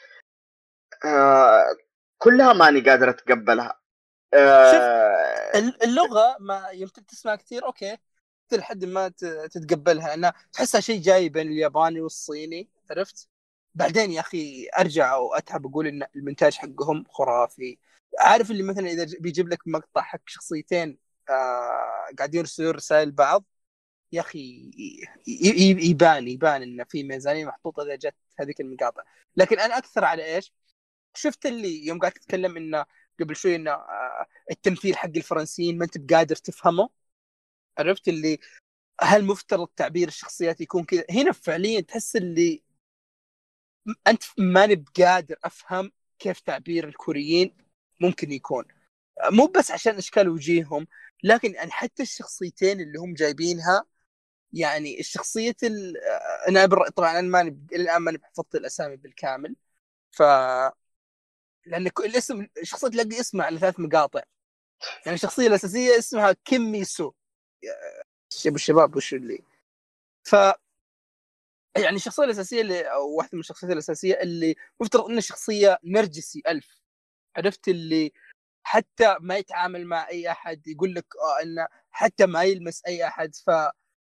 آه، كلها ماني قادر اتقبلها. شوف آه، اللغه ما يمكن تسمع كثير اوكي لحد ما ت- تتقبلها، انها تحسها شيء جاي بين الياباني والصيني، عرفت؟ بعدين يا اخي ارجع واتعب اقول ان المونتاج حقهم خرافي. عارف اللي مثلا اذا ج- بيجيب لك مقطع حق شخصيتين آه قاعدين يرسلون رسائل بعض، يا اخي ي- ي- يبان يبان ان في ميزانيه محطوطه اذا جت هذيك المقاطع. لكن انا اكثر على ايش شفت اللي يوم قاعد تتكلم انه قبل شوي انه آه، التمثيل حق الفرنسيين ما انت بقادر تفهمه، عرفت اللي هل مفترض تعبير الشخصيات يكون كذا؟ هنا فعليا تحس اللي م- انت ماني بقادر افهم كيف تعبير الكوريين ممكن يكون، مو بس عشان اشكال وجيههم، لكن يعني حتى الشخصيتين اللي هم جايبينها، يعني الشخصيه ال... آه، انا بر... طبعا انا ماني ب- الى الان ماني بحفظت الاسامي بالكامل. ف لان ك- الاسم الشخصيه تلاقي اسمها على ثلاث مقاطع، يعني الشخصيه الاساسيه اسمها كيم ميسو. شباب الشباب وش اللي ف يعني الشخصيه الاساسيه اللي او واحده من الشخصيات الاساسيه اللي مفترض انها شخصيه نرجسي الف، عرفت اللي حتى ما يتعامل مع اي احد، يقول لك آه انه حتى ما يلمس اي احد. ف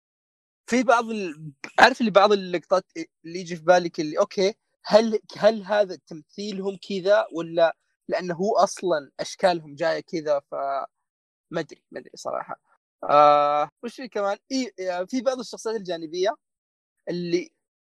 في بعض ال... عارف اللي بعض اللقطات اللي يجي في بالك اللي اوكي هل هل هذا تمثيلهم كذا ولا لانه هو اصلا اشكالهم جايه كذا؟ ف ما ادري ما ادري صراحه. آه وش في كمان إيه في بعض الشخصيات الجانبيه اللي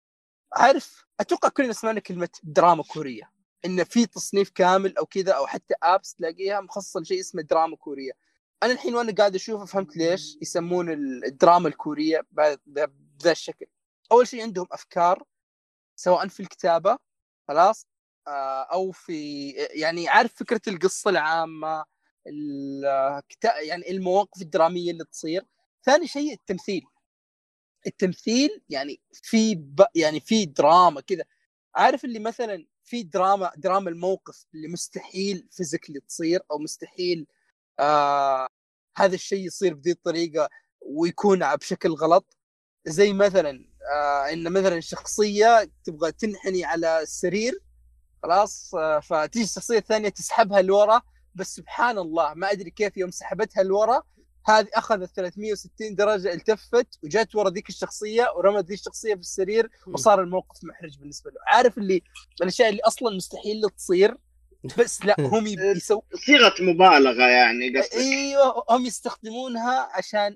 عارف اتوقع كلنا سمعنا كلمه دراما كوريه، ان في تصنيف كامل او كذا او حتى ابس تلاقيها مخصصه لشيء اسمه دراما كوريه. انا الحين وانا قاعد اشوفه فهمت ليش يسمون الدراما الكوريه بهذا الشكل. اول شيء عندهم افكار سواء في الكتابه خلاص او في يعني عارف فكره القصه العامه الكتا... يعني المواقف الدراميه اللي تصير. ثاني شيء التمثيل. التمثيل يعني في ب... يعني في دراما كذا، عارف اللي مثلا في دراما دراما الموقف اللي مستحيل فيزيكلي تصير او مستحيل آه هذا الشيء يصير بذي الطريقه ويكون بشكل غلط. زي مثلا آه ان مثلا شخصيه تبغى تنحني على السرير خلاص آه فتيجي الشخصيه الثانيه تسحبها لورا، بس سبحان الله ما ادري كيف يوم سحبتها لورا هذه اخذت ثلاثمية وستين درجه، التفت وجات ورا ذيك الشخصيه ورمت ذي الشخصيه في السرير وصار الموقف محرج بالنسبه له. عارف اللي الاشياء اللي اصلا مستحيل تصير بس لا هم يسووا صيغه مبالغه يعني قصدك. ايوه هم يستخدمونها عشان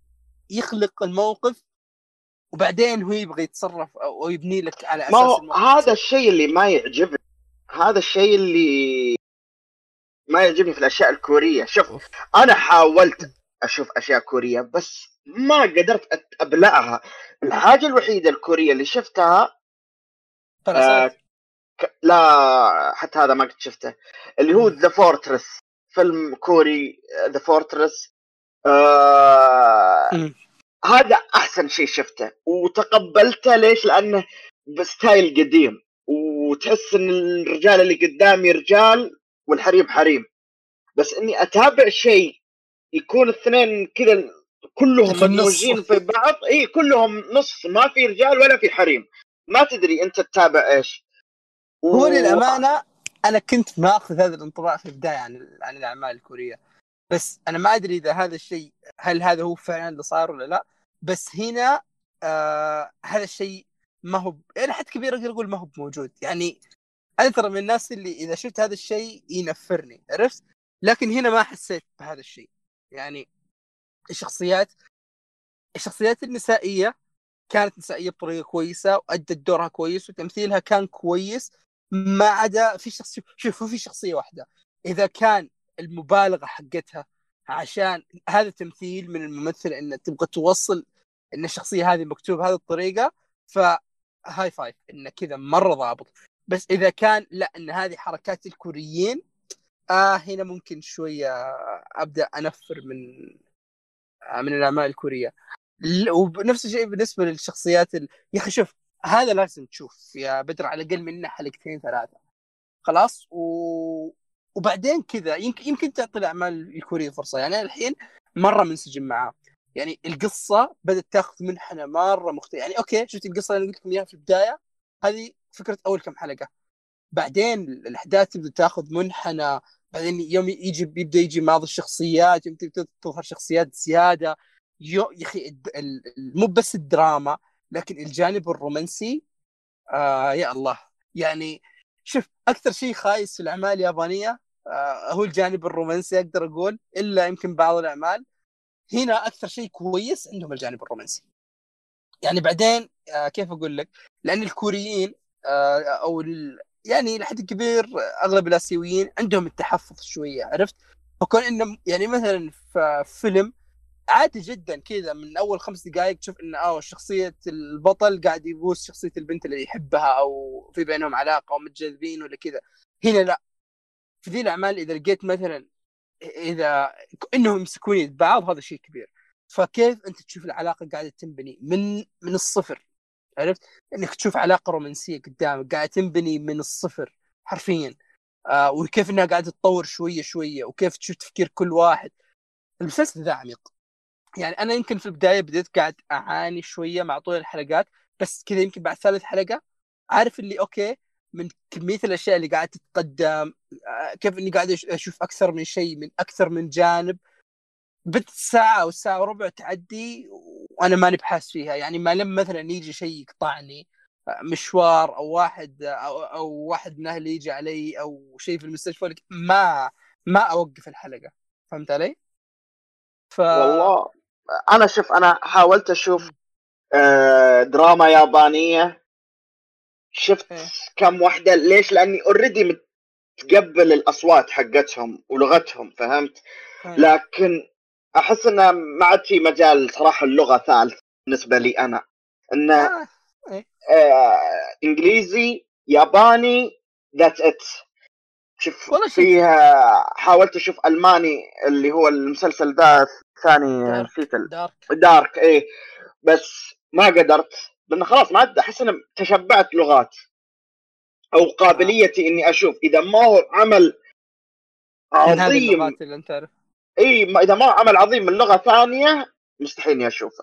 يخلق الموقف وبعدين هو يبغى يتصرف او يبني لك على اساس ما الموقف. هذا الشيء اللي ما يعجبني، هذا الشيء اللي ما يعجبني في الاشياء الكوريه. شوف انا حاولت اشوف اشياء كوريه بس ما قدرت ابلعها. الحاجه الوحيده الكوريه اللي شفتها آه ك... لا حتى هذا ما كنت شفته، اللي هو ذا فورترس، فيلم كوري ذا فورترس. آه... هذا احسن شيء شفته وتقبلته. ليش؟ لانه بستايل قديم وتحس ان الرجال اللي قدامي رجال والحريم حريم، بس اني اتابع شيء يكون الاثنين كذا كلهم مدموجين في بعض، اي كلهم نص، ما في رجال ولا في حريم، ما تدري انت تتابع ايش. و... هو للامانه انا كنت ماخذ هذا الانطباع في البدايه عن عن الاعمال الكوريه، بس انا ما ادري اذا هذا الشيء هل هذا هو فعلا اللي صار ولا لا. بس هنا آه هذا الشيء ما هو يعني حد كبير اقدر اقول ما هو موجود. يعني انا ترى من الناس اللي اذا شفت هذا الشيء ينفرني، عرفت؟ لكن هنا ما حسيت بهذا الشيء. يعني الشخصيات الشخصيات النسائيه كانت نسائيه بطريقه كويسه وادت دورها كويس وتمثيلها كان كويس، ما عدا في شخصيه. شوفوا في شخصيه واحده اذا كان المبالغه حقتها عشان هذا تمثيل من الممثل ان تبغى توصل ان الشخصيه هذه مكتوب هذه الطريقه، فهاي فايف انه كذا مره ضابط. بس اذا كان لا ان هذه حركات الكوريين آه هنا ممكن شويه ابدا انفر من من الاعمال الكوريه. ونفس الشيء بالنسبه للشخصيات ال... يا اخي شوف هذا لازم تشوف يا بدر على الاقل منه حلقتين ثلاثه خلاص و... وبعدين كذا يمكن يمكن تعطي الاعمال الكوريه فرصه. يعني الحين مره منسجم معاه، يعني القصه بدات تاخذ منحنى مره مختلف. يعني اوكي شفت القصه اللي قلت لكم اياها في البدايه، هذه فكره اول كم حلقه، بعدين الاحداث تبدا تاخذ منحنى، بعدين يوم يجي بيبدا يجي ماضي الشخصيات، يوم تبدا تظهر شخصيات زياده. يا اخي مو بس الدراما لكن الجانب الرومانسي آه يا الله. يعني شوف اكثر شيء خايس في الاعمال اليابانيه آه هو الجانب الرومانسي اقدر اقول، الا يمكن بعض الاعمال. هنا اكثر شيء كويس عندهم الجانب الرومانسي. يعني بعدين آه كيف اقول لك، لان الكوريين آه او يعني لحد كبير اغلب الاسيويين عندهم التحفظ شويه، عرفت؟ فكون انه يعني مثلا في فيلم عادي جدا كذا من اول خمس دقائق تشوف ان اه شخصيه البطل قاعد يبوس شخصيه البنت اللي يحبها او في بينهم علاقه او متجاذبين ولا كذا. هنا لا، في ذي الاعمال اذا لقيت مثلا اذا انهم يمسكون يد بعض هذا شيء كبير. فكيف انت تشوف العلاقه قاعده تنبني من من الصفر، عرفت؟ انك تشوف علاقه رومانسيه قدامك قاعده تنبني من الصفر حرفيا آه وكيف انها قاعده تتطور شويه شويه وكيف تشوف تفكير كل واحد. المسلسل ذا عميق. يعني انا يمكن في البدايه بديت قاعد اعاني شويه مع طول الحلقات، بس كذا يمكن بعد ثالث حلقه عارف اللي اوكي من كميه الاشياء اللي قاعده تتقدم، كيف اني قاعد اشوف اكثر من شيء من اكثر من جانب. بت ساعه او ساعه وربع تعدي وانا ماني بحاس فيها. يعني ما لما مثلا يجي شيء يقطعني مشوار او واحد او, أو واحد من اهلي يجي علي او شيء في المستشفى ما ما اوقف الحلقه. فهمت علي؟ ف والله انا شوف انا حاولت اشوف آه دراما يابانيه، شفت إيه. كم واحده. ليش؟ لاني اوريدي متقبل الاصوات حقتهم ولغتهم، فهمت؟ إيه. لكن احس انه ما عاد في مجال صراحه اللغه ثالث بالنسبه لي انا، انه آه. إيه. آه انجليزي ياباني ذاتس ات. شوف والله شوف فيها، حاولت اشوف الماني اللي هو المسلسل ده الثاني دارك نسيت ال- دارك دارك ايه، بس ما قدرت لانه خلاص ما عاد احس اني تشبعت لغات، او آه. قابليتي اني اشوف اذا ما هو عمل من هذه عظيم. اللغات اللي انت تعرف. اي ما اذا ما هو عمل عظيم من لغه ثانيه مستحيل اني اشوفه.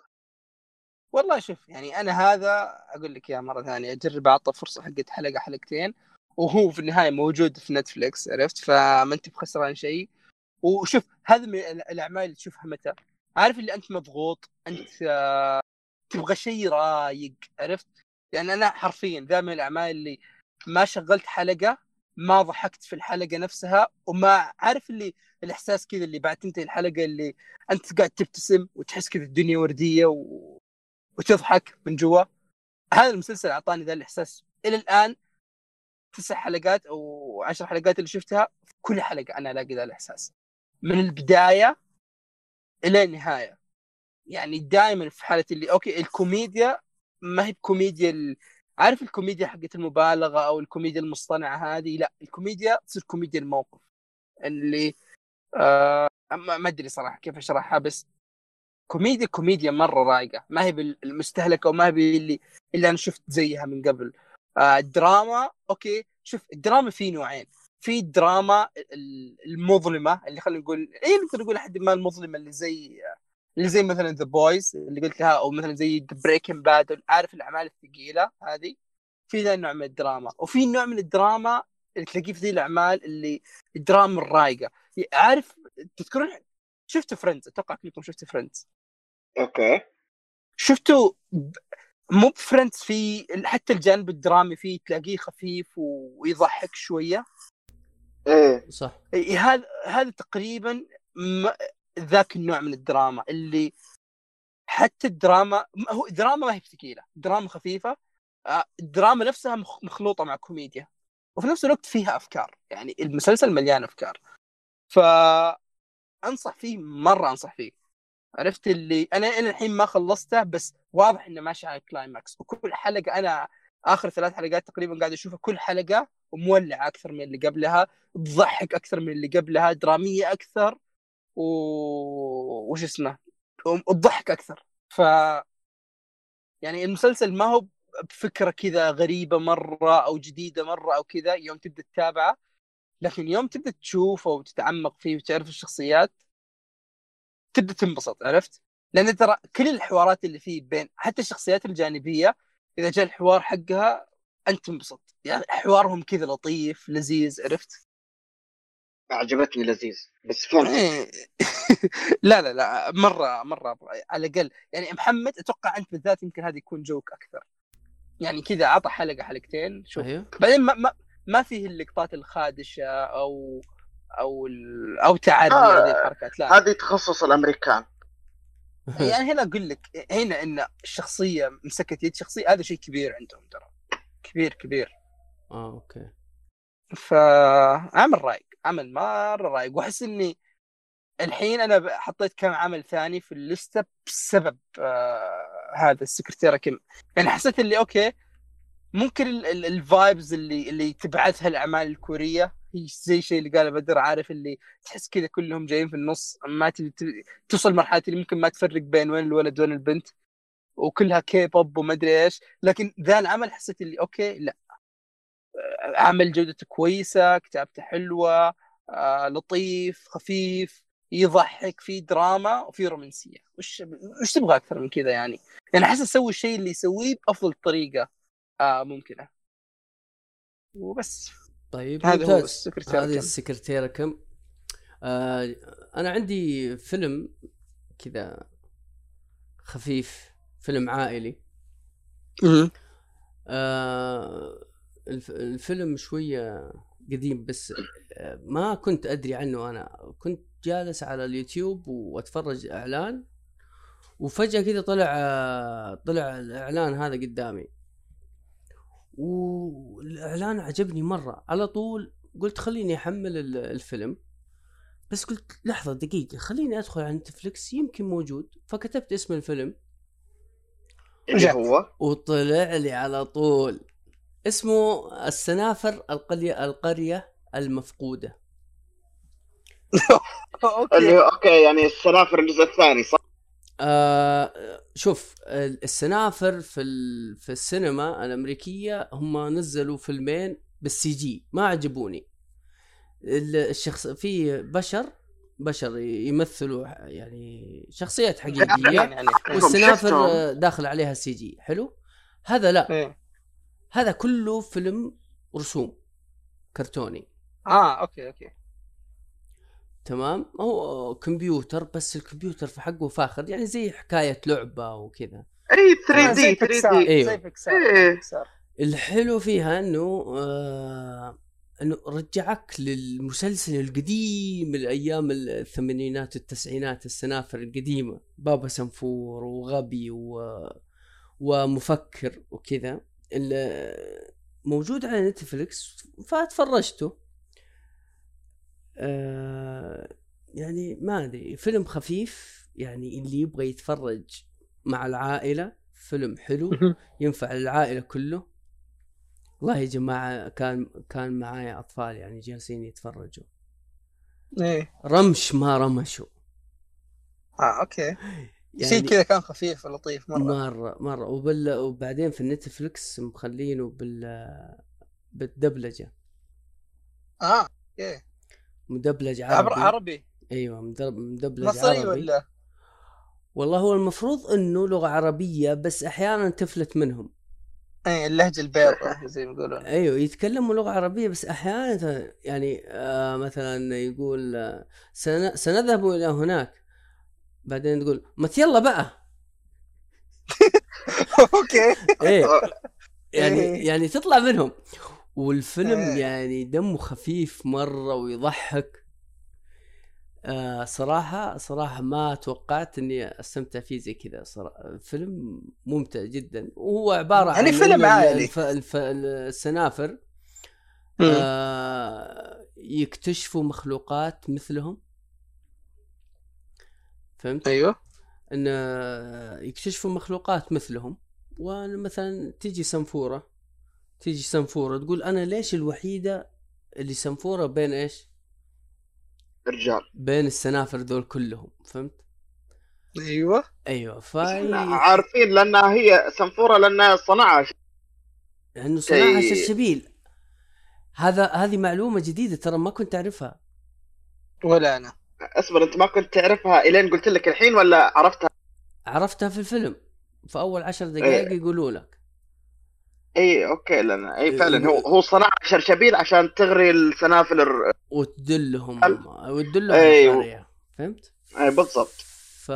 والله شوف يعني انا هذا اقول لك يا مره ثانيه اجرب اعطى فرصه حقت حلقه حلقتين وهو في النهايه موجود في نتفليكس، عرفت؟ فما انت بخسران شيء. وشوف هذا من ال- الاعمال اللي تشوفها متى عارف اللي انت مضغوط، انت آه، تبغى شيء رايق، عرفت؟ يعني انا حرفيا ذا من الاعمال اللي ما شغلت حلقه ما ضحكت في الحلقه نفسها، وما عارف اللي الاحساس كذا اللي بعد تنتهي الحلقه اللي انت قاعد تبتسم وتحس كذا الدنيا ورديه و... وتضحك من جوا. هذا المسلسل اعطاني ذا الاحساس الى الان. تسع حلقات او عشر حلقات اللي شفتها في كل حلقه انا الاقي ذا الاحساس من البدايه الى النهايه. يعني دائما في حاله اللي اوكي الكوميديا ما هي بكوميديا ال... عارف الكوميديا حقت المبالغه او الكوميديا المصطنعه هذه، لا الكوميديا تصير كوميديا الموقف اللي آه ما ما ادري صراحه كيف اشرحها، بس كوميديا كوميديا مره رايقه، ما هي بالمستهلكه وما هي باللي اللي انا شفت زيها من قبل. آه الدراما اوكي شوف الدراما في نوعين، في الدراما ال- المظلمه اللي خلينا نقول ايه نقدر نقول لحد ما المظلمه اللي زي اللي زي مثلا ذا بويز اللي قلتها، او مثلا زي بريكنج باد، عارف الاعمال الثقيله هذه. في ذا النوع من الدراما، وفي نوع من الدراما اللي تلاقيه في ذي الاعمال اللي الدراما الرايقه. عارف تذكرون شفتوا فريندز؟ اتوقع كلكم شفتوا فريندز. اوكي شفتوا ب- مو بفريندز في حتى الجانب الدرامي فيه تلاقيه خفيف ويضحك شويه. ايه صح. إيه، هذا هذا تقريبا م- ذاك النوع من الدراما اللي حتى الدراما م- هو دراما ما هي ثقيله، دراما خفيفه. آه، الدراما نفسها مخ- مخلوطه مع كوميديا وفي نفس الوقت فيها افكار. يعني المسلسل مليان افكار، فانصح فيه مره انصح فيه. عرفت اللي انا الى الحين ما خلصته بس واضح انه ماشي على الكلايماكس، وكل حلقه انا اخر ثلاث حلقات تقريبا قاعد اشوفها كل حلقه ومولعه اكثر من اللي قبلها، تضحك اكثر من اللي قبلها، دراميه اكثر و وش اسمه وتضحك اكثر. ف يعني المسلسل ما هو بفكره كذا غريبه مره او جديده مره او كذا يوم تبدا تتابعه، لكن يوم تبدا تشوفه وتتعمق فيه وتعرف الشخصيات تبدا تنبسط، عرفت؟ لان ترى كل الحوارات اللي فيه بين حتى الشخصيات الجانبيه اذا جاء الحوار حقها انت تنبسط. يعني حوارهم كذا لطيف لذيذ، عرفت؟ عجبتني لذيذ بس فانتسي. إيه. لا لا لا مره مره على الاقل. يعني محمد اتوقع انت بالذات يمكن هذا يكون جوك اكثر. يعني كذا عطى حلقه حلقتين شوف. ايوه بعدين ما ما, ما فيه اللقطات الخادشه او او ال- او تعري او ذي آه الحركات، لا. هذه تخصص الامريكان. يعني هنا اقول لك هنا ان الشخصيه مسكت يد شخصيه هذا شيء كبير عندهم ترى، كبير كبير. اه اوكي. فعمل رايق، عمل مره رايق. واحس اني الحين انا حطيت كم عمل ثاني في الليسته بسبب آه هذا السكرتيره كم. يعني حسيت اللي اوكي ممكن الفايبز اللي اللي تبعثها الاعمال الكوريه هي زي الشيء اللي قاله بدر، عارف اللي تحس كذا كلهم جايين في النص، ما تبي توصل مرحله اللي ممكن ما تفرق بين وين الولد وين البنت وكلها كي بوب وما ادري ايش. لكن ذا العمل حسيت اللي اوكي لا، عمل جودته كويسه، كتابته حلوه، آه لطيف خفيف، يضحك، في دراما وفي رومانسيه. وش وش تبغى اكثر من كذا يعني؟ يعني حاسس اسوي الشيء اللي يسويه بافضل طريقه آه ممكنه وبس. طيب هذا هو ممتاز. السكرتيرة هذه كم. السكرتيرة كم. آه انا عندي فيلم كذا خفيف، فيلم عائلي. آه الف- الفيلم شوية قديم، بس آه، ما كنت أدري عنه. أنا كنت جالس على اليوتيوب وأتفرج إعلان، وفجأة كذا طلع آه، طلع الإعلان هذا قدامي، والإعلان عجبني مرة. على طول قلت خليني أحمل ال- الفيلم، بس قلت لحظة دقيقة خليني أدخل على نتفليكس يمكن موجود. فكتبت اسم الفيلم اللي هو وطلع لي على طول اسمه السنافر القرية القرية المفقودة. اللي هو اوكي يعني السنافر الجزء الثاني صح؟ آه شوف، السنافر في ال... في السينما الأمريكية هم نزلوا فيلمين بالسي جي ما عجبوني. الشخص في بشر بشر يمثلوا يعني شخصيات حقيقية يعني والسنافر داخل عليها سي جي. حلو. هذا لا، إيه. هذا كله فيلم رسوم كرتوني. اه اوكي اوكي تمام. هو كمبيوتر، بس الكمبيوتر في حقه فاخر، يعني زي حكاية لعبة وكذا. اي ثري آه، زي دي ثري بيكسار، دي أيوه. زي بيكسار. إيه. بيكسار. الحلو فيها انه آه انه رجعك للمسلسل القديم، الايام الثمانينات والتسعينات، السنافر القديمة، بابا سنفور وغبي و... ومفكر وكذا، موجود على نتفليكس فاتفرجته. آه يعني ما ادري، فيلم خفيف يعني، اللي يبغى يتفرج مع العائلة فيلم حلو ينفع العائلة كله. والله يا جماعة كان كان معايا أطفال يعني جالسين يتفرجوا، ايه رمش ما رمشوا. اه اوكي يعني شيء كذا كان خفيف ولطيف مرة. مرة مرة وبال وبعدين في النتفليكس مخلينه بال بالدبلجة. اه اوكي مدبلج عربي, عربي. عربي. ايوه مدبلج مصري عربي ولا؟ والله هو المفروض انه لغة عربية، بس احيانا تفلت منهم. ايه اللهجة البيضاء زي ما يقولون. ايوه يتكلموا لغة عربية، بس احيانا يعني آه مثلا يقول آه سن... سنذهب الى هناك، بعدين تقول ما يلا بقى. اوكي ايه يعني إيه. يعني تطلع منهم. والفيلم إيه. يعني دمه خفيف مرة ويضحك. آه صراحة صراحة ما توقعت اني استمتع فيه زي كذا. صراحة فيلم ممتع جدا، وهو عبارة يعني عن فيلم عائلي. الف... الف... السنافر آه يكتشفوا مخلوقات مثلهم. فهمت؟ ايوه ان يكتشفوا مخلوقات مثلهم، ومثلا تيجي سنفورة تيجي سنفورة تقول انا ليش الوحيدة اللي سنفورة بين ايش رجال بين السنافر ذول كلهم. فهمت؟ ايوه ايوه. بس احنا فاي عارفين لانها هي سنفورة لانها صنعها انه صناعة شيء- شرشبيل. هذا هذه معلومة جديدة ترى ما كنت اعرفها. ولا انا. اصبر انت ما كنت تعرفها الين قلت لك الحين ولا عرفتها؟ عرفتها في الفيلم في اول عشر دقائق إيه. يقولوا لك. اي اوكي لان اي فعلا يقول- هو هو صنع شرشبيل عشان تغري السنافل الر- وتدلهم هل- وتدلهم على أيوه. القرية. فهمت؟ اي بالضبط. ف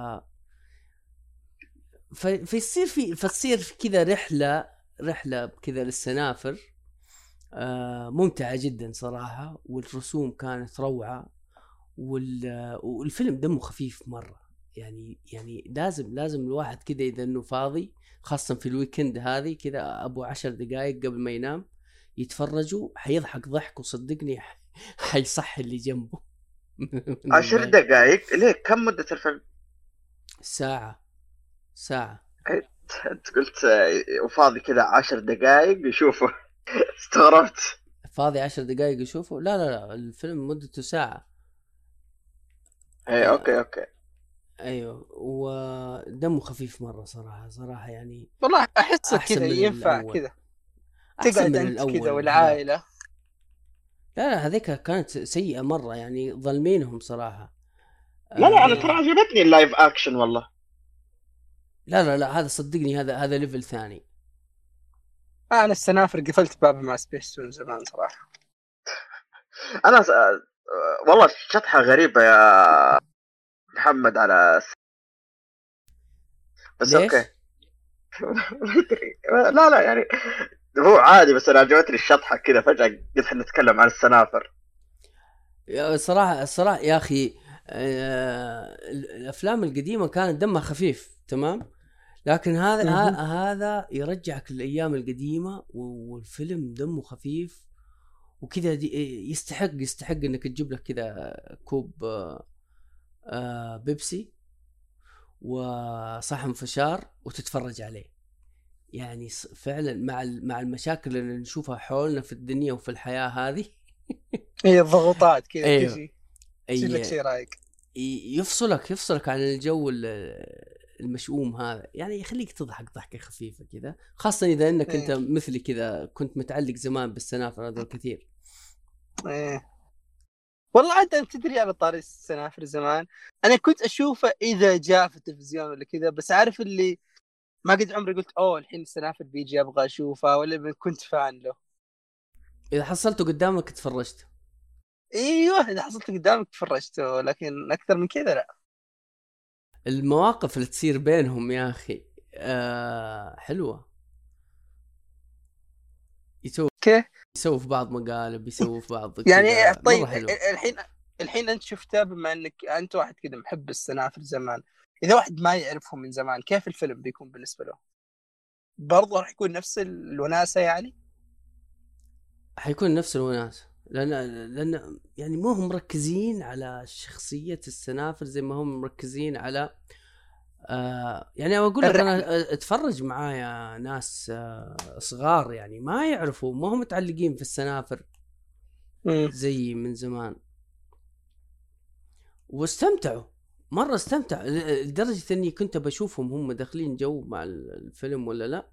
ف فيصير في فتصير في كذا رحلة رحلة كذا للسنافر. آه ممتعة جدا صراحة، والرسوم كانت روعة، وال... والفيلم دمه خفيف مرة. يعني يعني لازم لازم الواحد كذا إذا إنه فاضي، خاصة في الويكند هذه كذا أبو عشر دقائق قبل ما ينام يتفرجوا، حيضحك ضحك وصدقني حيصحي اللي جنبه. عشر دقائق ليه؟ كم مدة الفيلم؟ ساعة ساعة انت قلت آه، وفاضي كذا عشر دقائق يشوفه. استغربت. فاضي عشر دقائق يشوفه؟ لا لا لا الفيلم مدته ساعة. اي اوكي اوكي. ايوه ودمه خفيف مرة صراحة صراحة يعني. والله احس أحسن كذا من ينفع الأول. كذا أحسن تقعد من انت الأول كذا لا. والعائلة. لا لا هذيك كانت سيئة مرة يعني، ظلمينهم صراحة. لا لا انا آه، ترى عجبتني اللايف اكشن والله. لا لا لا هذا صدقني هذا هذا ليفل ثاني. آه انا السنافر قفلت بابها مع سبيس تون زمان صراحه. انا س... آه، والله شطحه غريبه يا محمد على س- بس ليش؟ اوكي. ما أدري. لا لا يعني هو عادي، بس انا عجبتني الشطحه كذا فجاه قلت احنا نتكلم عن السنافر. يا- الصراحة الصراحة يا أخي، آه، الأفلام القديمة كانت دمها خفيف تمام، لكن هذا مهم. ه- هذا يرجعك للأيام القديمة، والفيلم دمه خفيف وكذا، دي- يستحق يستحق إنك تجيب لك كذا كوب آه، آه، بيبسي وصحن فشار وتتفرج عليه. يعني ص- فعلا مع ال- مع المشاكل اللي نشوفها حولنا في الدنيا وفي الحياة هذه. هي الضغوطات كذا ايوه، تجي تجيب لك اي شيء رايق. ي- يفصلك يفصلك عن الجو ال- المشؤوم هذا، يعني يخليك تضحك ضحكة خفيفة كذا، خاصة إذا أنك أنت إيه. مثلي كذا كنت متعلق زمان بالسنافر هذول كثير. ايه والله عاد انت تدري على طاري السنافر زمان انا كنت اشوفه اذا جاء في التلفزيون ولا كذا، بس عارف اللي ما قد عمري قلت اوه الحين السنافر بيجي ابغى اشوفه، ولا كنت فان له. إذا حصلته قدامك تفرجت. ايوه اذا حصلت قدامك تفرجته، لكن اكثر من كذا لا. المواقف اللي تصير بينهم يا أخي آه حلوة. يسوي اوكي يسوي في بعض مقالب، يسوي في بعض يعني كذا، مرة طيب حلوة. الحين الحين انت شفته، بما انك انت واحد كذا محب السنافر زمان، اذا واحد ما يعرفهم من زمان كيف الفيلم بيكون بالنسبه له؟ برضه راح يكون نفس الوناسه يعني؟ حيكون نفس الوناسة، لأن لأن يعني مو هم مركزين على شخصية السنافر زي ما هم مركزين على آه يعني أقول لك الرحلة. أنا اتفرج معايا ناس آه صغار يعني ما يعرفوا، ما هم متعلقين في السنافر مم. زي من زمان، واستمتعوا مرة استمتع لدرجة اني كنت بشوفهم هم داخلين جو مع الفيلم ولا لا،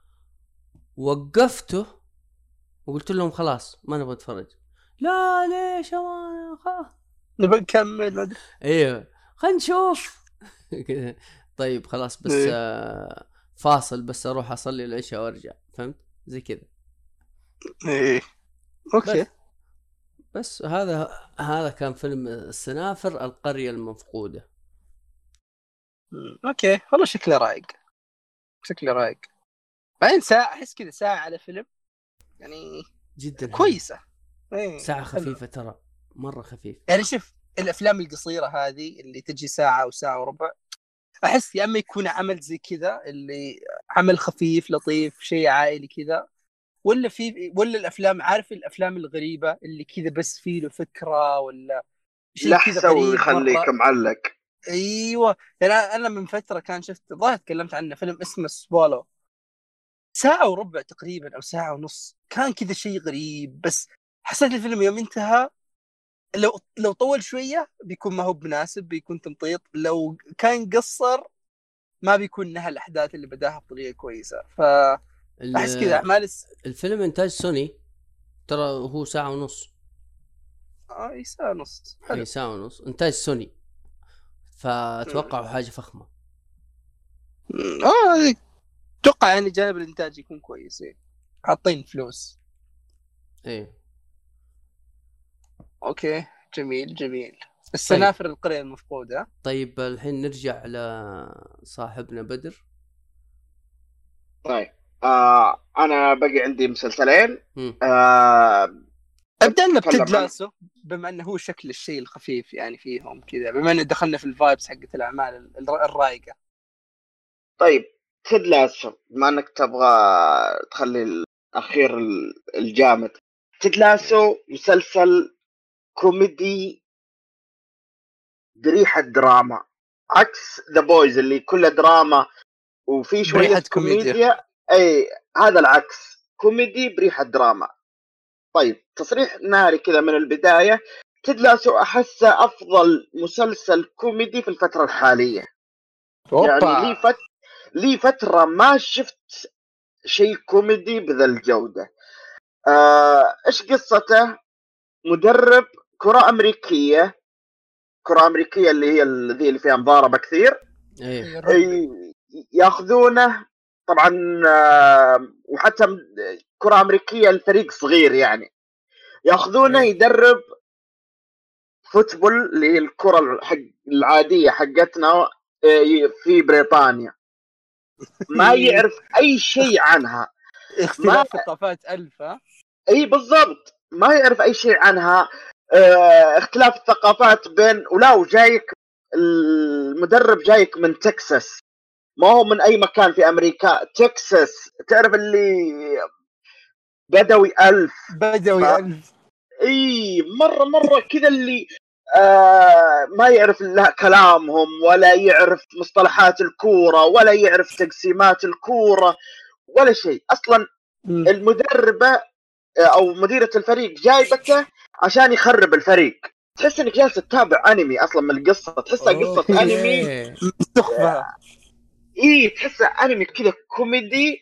وقفته وقلت لهم خلاص ما نبغى نتفرج. لا ليش يا مان خلاص نبغى نكمل. ايوه خلينا نشوف. طيب خلاص بس إيه. آه فاصل بس اروح اصلي العشاء وارجع، فهمت زي كذا. ايه اوكي. بس بس هذا هذا كان فيلم السنافر القرية المفقودة. مم. اوكي والله شكله رايق، شكله رايق. بعدين ساعة احس كذا ساعة على فيلم يعني جدا كويسة. ايه ساعة حلو. خفيفة ترى، مرة خفيف. يعني شوف الافلام القصيرة هذه اللي تجي ساعة او ساعة وربع، احس يا اما يكون عمل زي كذا اللي عمل خفيف لطيف شيء عائلي كذا، ولا في ولا الافلام عارف الافلام الغريبة اللي كذا بس فيه له فكرة ولا شيء كذا لحسه غريب ويخليك مرة. معلق. ايوه يعني انا من فتره كان شفت ظاهر تكلمت عنه فيلم اسمه سوالو، ساعه وربع تقريبا او ساعه ونص، كان كذا شيء غريب، بس حسيت الفيلم يوم انتهى لو لو طول شويه بيكون ما هو بمناسب، بيكون تمطيط، لو كان قصر ما بيكون نهى الاحداث اللي بداها بطريقه كويسه. فاحس كذا ال- اعمال الس... الفيلم انتاج سوني ترى، هو ساعة ونص. اه إيه، ساعه ونص حلو. اي ساعة ونص انتاج سوني، فاتوقعوا حاجة فخمة. م- اه اتوقع يعني جانب الانتاج يكون كويس، إيه. حاطين فلوس. اي اوكي جميل جميل. السنافر القرية المفقودة. طيب الحين نرجع لصاحبنا بدر. طيب آه انا باقي عندي مسلسلين. مم. آه ابدا لنا بتكلم بتد عن- لاسو، بما انه هو شكل الشيء الخفيف يعني فيهم كذا، بما انه دخلنا في الفايبس حقت الاعمال ال- الرايقة. طيب تد لاسو، بما انك تبغى تخلي الاخير الجامد، تد لاسو مسلسل كوميدي بريحة دراما، عكس ذا بويز اللي كله دراما وفي شوية بريحة كوميديا. كوميديا. اي هذا العكس، كوميدي بريحة دراما. طيب تصريح ناري كذا من البداية، تد لاسو أحسه أفضل مسلسل كوميدي في الفترة الحالية. يعني لي, اوبا. فت... لي فترة ما شفت شيء كوميدي بذا الجودة. آه... إيش قصته؟ مدرب كرة أمريكية كره امريكيه اللي هي ذي اللي فيها مضاربه كثير، ايه ي- ياخذونه طبعا. وحتى كره امريكيه الفريق صغير يعني ياخذونه إيه. يدرب فوتبول اللي هي الكره حق العاديه حقتنا في بريطانيا، ما يعرف اي شيء عنها. اختلاف ثقافات الف. ها اي بالضبط، ما يعرف اي شيء عنها. اه اختلاف الثقافات بين ولا وجايك المدرب جايك من تكساس، ما هو من اي مكان في امريكا. تكساس تعرف اللي بدوي الف بدوي ف... الف. اي مره مره كذا اللي آه ما يعرف لا كلامهم ولا يعرف مصطلحات الكوره ولا يعرف تقسيمات الكوره ولا شيء اصلا. م. المدربه او مديره الفريق جايبته عشان يخرب الفريق. تحس انك جالس تتابع انمي اصلا من القصه، تحسها قصه انمي. أوكي. مستخفى. اي تحسها انمي كذا كوميدي،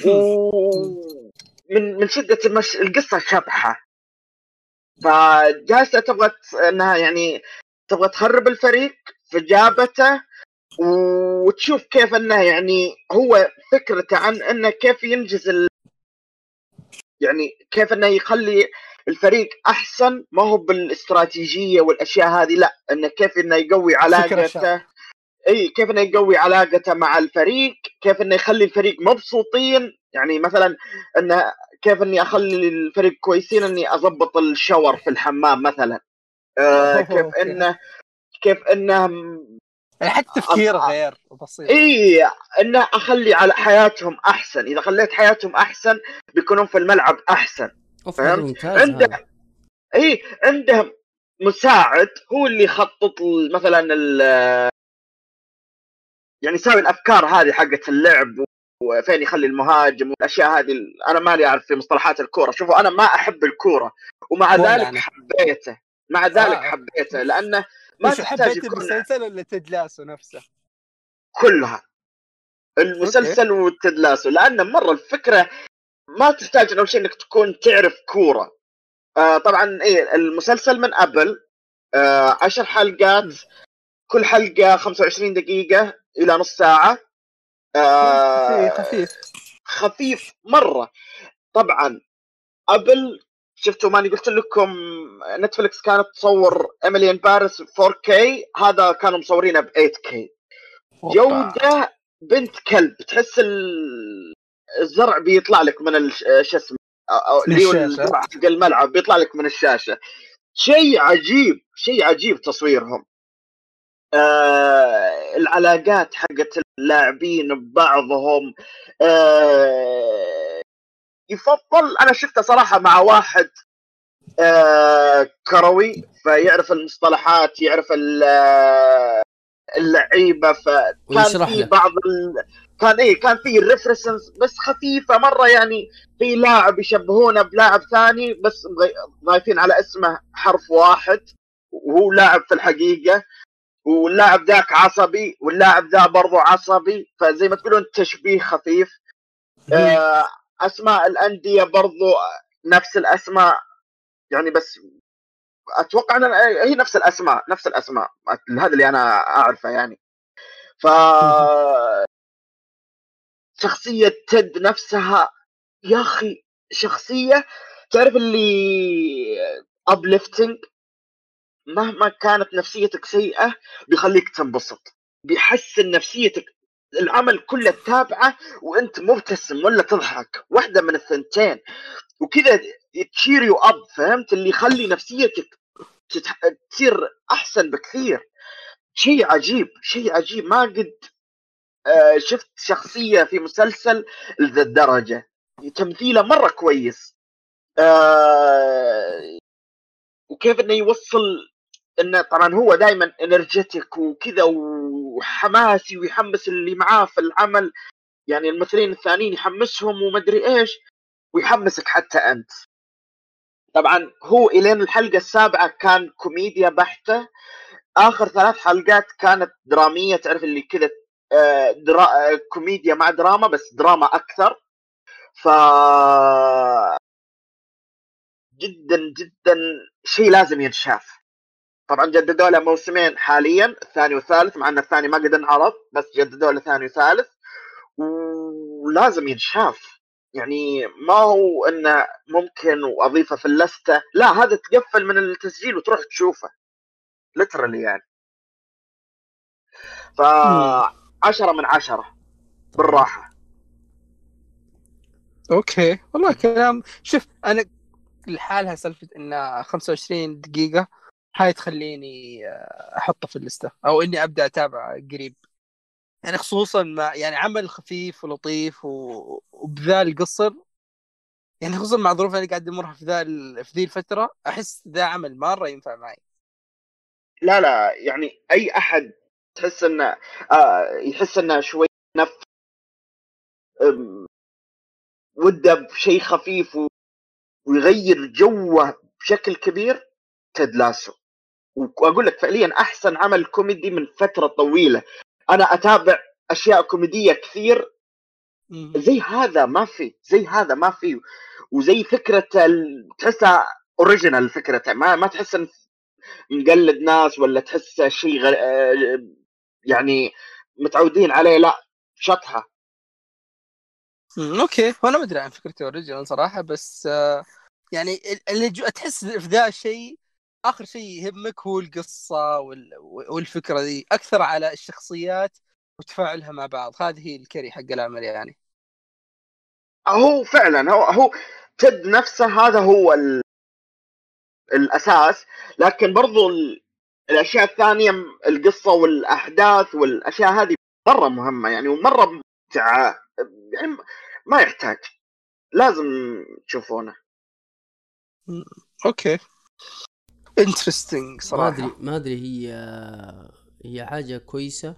ومن من شده المش... القصه شبحه، فجالسه تبغى ت- انها يعني تبغى تخرب الفريق، فجابته وتشوف كيف انه يعني هو فكرته عن انه كيف ينجز ال... يعني كيف انه يخلي الفريق احسن، ما هو بالاستراتيجيه والاشياء هذه، لا انه كيف انه يقوي فكرة علاقته. شاطرة. اي كيف انه يقوي علاقته مع الفريق، كيف انه يخلي الفريق مبسوطين. يعني مثلا انه كيف اني اخلي الفريق كويسين، اني اضبط الشاور في الحمام مثلا. آه كيف أوكي. انه كيف انه يعني حتى تفكير غير بسيط. اي انه اخلي على حياتهم احسن. اذا خليت حياتهم احسن بيكونون في الملعب احسن. اوف هذا فهمت؟ ممتاز عنده هذا. اي عندهم مساعد هو اللي يخطط ال- مثلا ال- يعني يسوي الافكار هذه حقت اللعب، وفين يخلي المهاجم والاشياء هذه. انا مالي اعرف في مصطلحات الكوره. شوفوا انا ما احب الكوره ومع ولا ذلك أنا. حبيته، مع ذلك آه. حبيته لانه ما وش تحتاج حبيت يكون المسلسل ولا تدلاسه نفسه؟ كلها، المسلسل والتدلاسه، لانه مره الفكره ما تحتاج اول شيء انك تكون تعرف كوره. آه طبعا ايه المسلسل من ابل، آه عشر حلقات، كل حلقه خمسة وعشرين دقيقه الى نص ساعه. آه خفيف. خفيف مره. طبعا ابل شفتوا ماني قلت لكم نتفلكس كانت تصور إيميلي إن باريس فور كي، هذا كانوا مصورينه ب إيت كي جوده بنت كلب. تحس ال- الزرع بيطلع لك من الش- شو اسمه أو- اللي هو الشاشة. الزرع حق الملعب بيطلع لك من الشاشه. شيء عجيب، شيء عجيب تصويرهم. آه العلاقات حقت اللاعبين ببعضهم. آه يفضل انا شفته صراحه مع واحد آه كروي فيعرف المصطلحات، يعرف ال- اللعيبه، فكان ويشرح في لك. بعض ال... كان ايه كان في الريفرنسز بس خفيفه مره. يعني في لاعب يشبهونه بلاعب ثاني بس ضايفين على اسمه حرف واحد وهو لاعب في الحقيقه، واللاعب ذاك عصبي واللاعب ذا برضو عصبي، فزي ما تقولون تشبيه خفيف. آه اسماء الانديه برضو نفس الاسماء يعني، بس اتوقع ان هي نفس الاسماء نفس الاسماء هذا اللي انا اعرفه يعني. ف شخصيه تيد نفسها يا اخي شخصيه تعرف اللي ابليفتنج. مهما كانت نفسيتك سيئه بيخليك تنبسط، بيحسن نفسيتك. العمل كله تتابعه وانت مبتسم ولا تضحك، واحده من الثنتين، وكذا تشير يو اب. فهمت؟ اللي يخلي نفسيتك تتح... تصير احسن بكثير. شيء عجيب، شيء عجيب. ما قد آه شفت شخصيه في مسلسل لذا الدرجه. تمثيله مره كويس. آه وكيف انه يوصل انه طبعا هو دائما انرجيتك وكذا وحماسي ويحمس اللي معاه في العمل. يعني الممثلين الثانيين يحمسهم ومدري ايش، ويحمسك حتى انت. طبعا هو الين الحلقه السابعه كان كوميديا بحته. اخر ثلاث حلقات كانت دراميه، تعرف اللي كذا درا... كوميديا مع دراما، بس دراما اكثر. ف جدا جدا شيء لازم ينشاف. طبعا جددوا له موسمين حاليا، الثاني والثالث، مع ان الثاني ما قد انعرض بس جددوا له ثاني وثالث، ولازم ينشاف. يعني ما هو انه ممكن واضيفه في اللستة، لا، هذا تقفل من التسجيل وتروح تشوفه لترالي يعني. ف عشرة من عشرة بالراحة. اوكي والله كلام. شوف انا لحالها سالفه انها خمسة وعشرين دقيقه هاي تخليني احطه في الليسته، او اني ابدا اتابع قريب يعني، خصوصا مع يعني عمل خفيف ولطيف و... وبذال قصر يعني، خصوصا مع ظروف اللي قاعد امرها في ذا ال... في ذي الفتره، احس ذا عمل مره ينفع معي. لا لا يعني اي احد تحس انه آه يحس انه شوي نف وده بشيء خفيف و... ويغير جوه بشكل كبير، تيد لاسو. واقول لك فعليا احسن عمل كوميدي من فتره طويله. انا اتابع اشياء كوميديه كثير، زي هذا ما في، زي هذا ما في. وزي فكره ال... تحسها اوريجينال، فكرته ما ما تحس ان مقلد ناس ولا تحس شيء غير يعني متعودين عليه، لا، شطحه. اوكي وانا ما ادري عن فكرته اوريجينال صراحه، بس آه يعني اللي جو تحس في ذا الشيء اخر شيء يهمك هو القصه وال... والفكره دي اكثر على الشخصيات وتفاعلها مع بعض. هذه هي الكري حق العمل يعني. هو فعلا هو هو تد نفسه هذا هو ال... الاساس، لكن برضو ال... الاشياء الثانيه، القصه والاحداث والاشياء هذه مره مهمه يعني، ومره ممتعه يعني، ما يحتاج، لازم تشوفونه. اوكي انترستينج صراحه. ما ادري ما ادري هي هي حاجه كويسه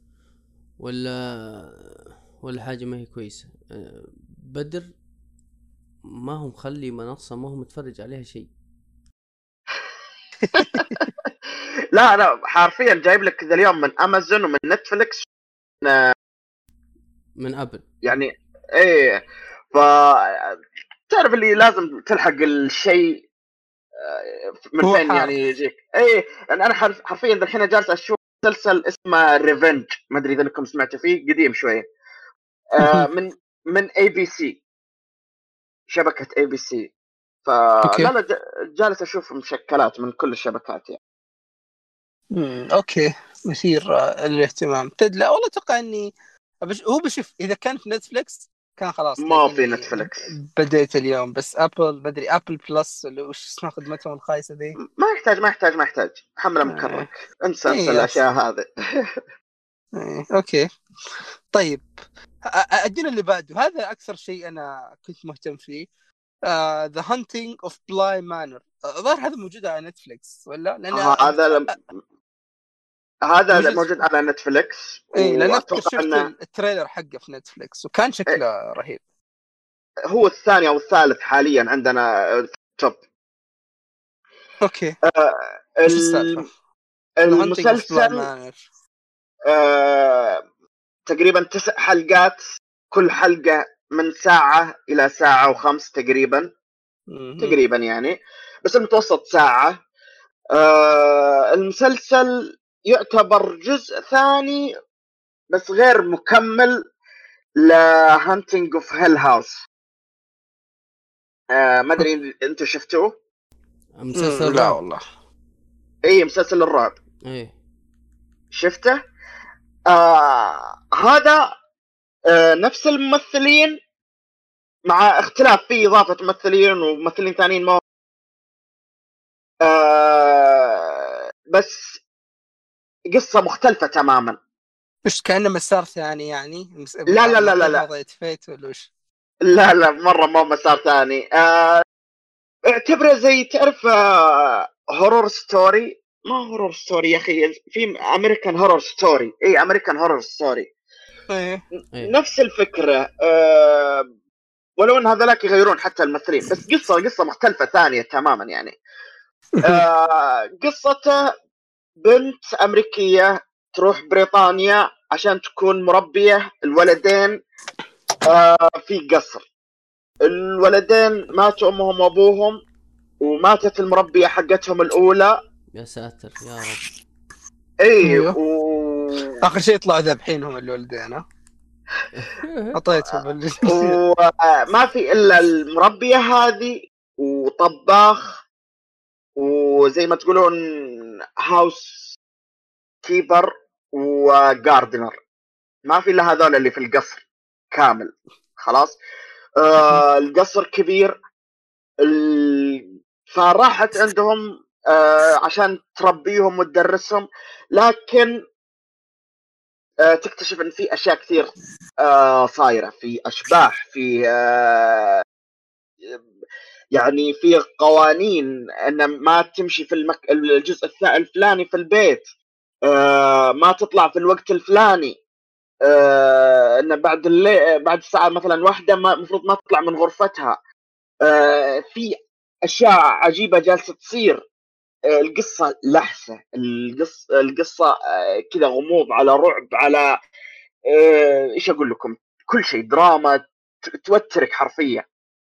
ولا ولا حاجه ما هي كويسه. بدر ما هو مخلي منصه ما هو متفرج عليها شيء. لا لا حرفيا جايب لك ذا اليوم من امازون ومن نتفليكس من ابل يعني. ايه، ف تعرف اللي لازم تلحق الشيء من فين يعني يجيك. ايه انا حرفيا الحين جالس اشوف مسلسل اسمه ريفنج، ما ادري اذا انكم سمعتوا فيه، قديم شويه، آه من من اي بي سي، شبكه اي بي سي. فلا لا جالس اشوف مشكلات من كل الشبكات يعني. امم اوكي مثير الاهتمام. تدلع والله اتوقع اني بش... هو بشوف اذا كان في نتفليكس كان خلاص ما في نتفليكس، بديت اليوم، بس ابل بدري ابل بلس اللي وش اسمها خدمتهم الخايسه دي، ما يحتاج ما يحتاج ما يحتاج حمله مكرك. آه. انسى انسى الاشياء هذه. آه. اوكي طيب ادينا اللي بعده. هذا اكثر شيء انا كنت مهتم فيه، ذا هانتينج اوف بلاي مانر. الظاهر هذا موجود على نتفليكس ولا؟ لان هذا لم... هذا موجود, موجود على نتفليكس. ايه لان شفت أن... التريلر حقه في نتفليكس وكان شكله إيه؟ رهيب. هو الثاني او الثالث حاليا عندنا توب. اوكي آه ال... المسلسل آه... تقريبا تسع حلقات، كل حلقة من ساعة إلى ساعة وخمس تقريبا م- تقريبا يعني، بس المتوسط ساعة. آه المسلسل يعتبر جزء ثاني بس غير مكمل لهانتينج اوف هيل هاوس. آه ما ادري انتوا شفتوه؟ مسلسل لا والله. اي مسلسل الرعب. ايه شفته. آه هذا آه نفس الممثلين مع اختلاف في اضافه ممثلين وممثلين ثانيين ما آه بس قصه مختلفه تماما. مش كأنه مسار ثاني يعني؟ مس... لا لا لا لا لا ضيت فيت ولا وش؟ لا لا مره ما مسار ثاني. آه اعتبره زي تعرف آه هورور ستوري. ما هورور ستوري يا اخي، في امريكان هورور ستوري. اي امريكان هورور ستوري نفس الفكره. آه ولو ان هذولاك يغيرون حتى الممثلين، بس قصه قصه مختلفه ثانيه تماما يعني. آه قصته بنت امريكيه تروح بريطانيا عشان تكون مربيه الولدين آه في قصر. الولدين ماتوا امهم وابوهم، وماتت المربيه حقتهم الاولى يا ساتر يا رب. اي أيوه. و... اخر شيء طلعوا ذابحينهم الولدين ها اعطيتهم ال- وما في الا المربيه هذه وطباخ وزي ما تقولون هاوس كيبر وجاردنر، ما في الا هذول اللي في القصر كامل. خلاص. آه القصر كبير. ال... فراحت عندهم آه عشان تربيهم وتدرسهم، لكن آه تكتشف ان في اشياء كثير آه صايره، في اشباح، في آه يعني في قوانين ان ما تمشي في المك... الجزء الفلاني في البيت، آه ما تطلع في الوقت الفلاني، آه ان بعد الليل بعد الساعه مثلا واحدة ما المفروض ما تطلع من غرفتها. آه في اشياء عجيبه جالسه تصير. آه القصه لحسه، القصه القصه آه كذا غموض على رعب على آه ايش اقول لكم، كل شيء دراما توترك حرفيا.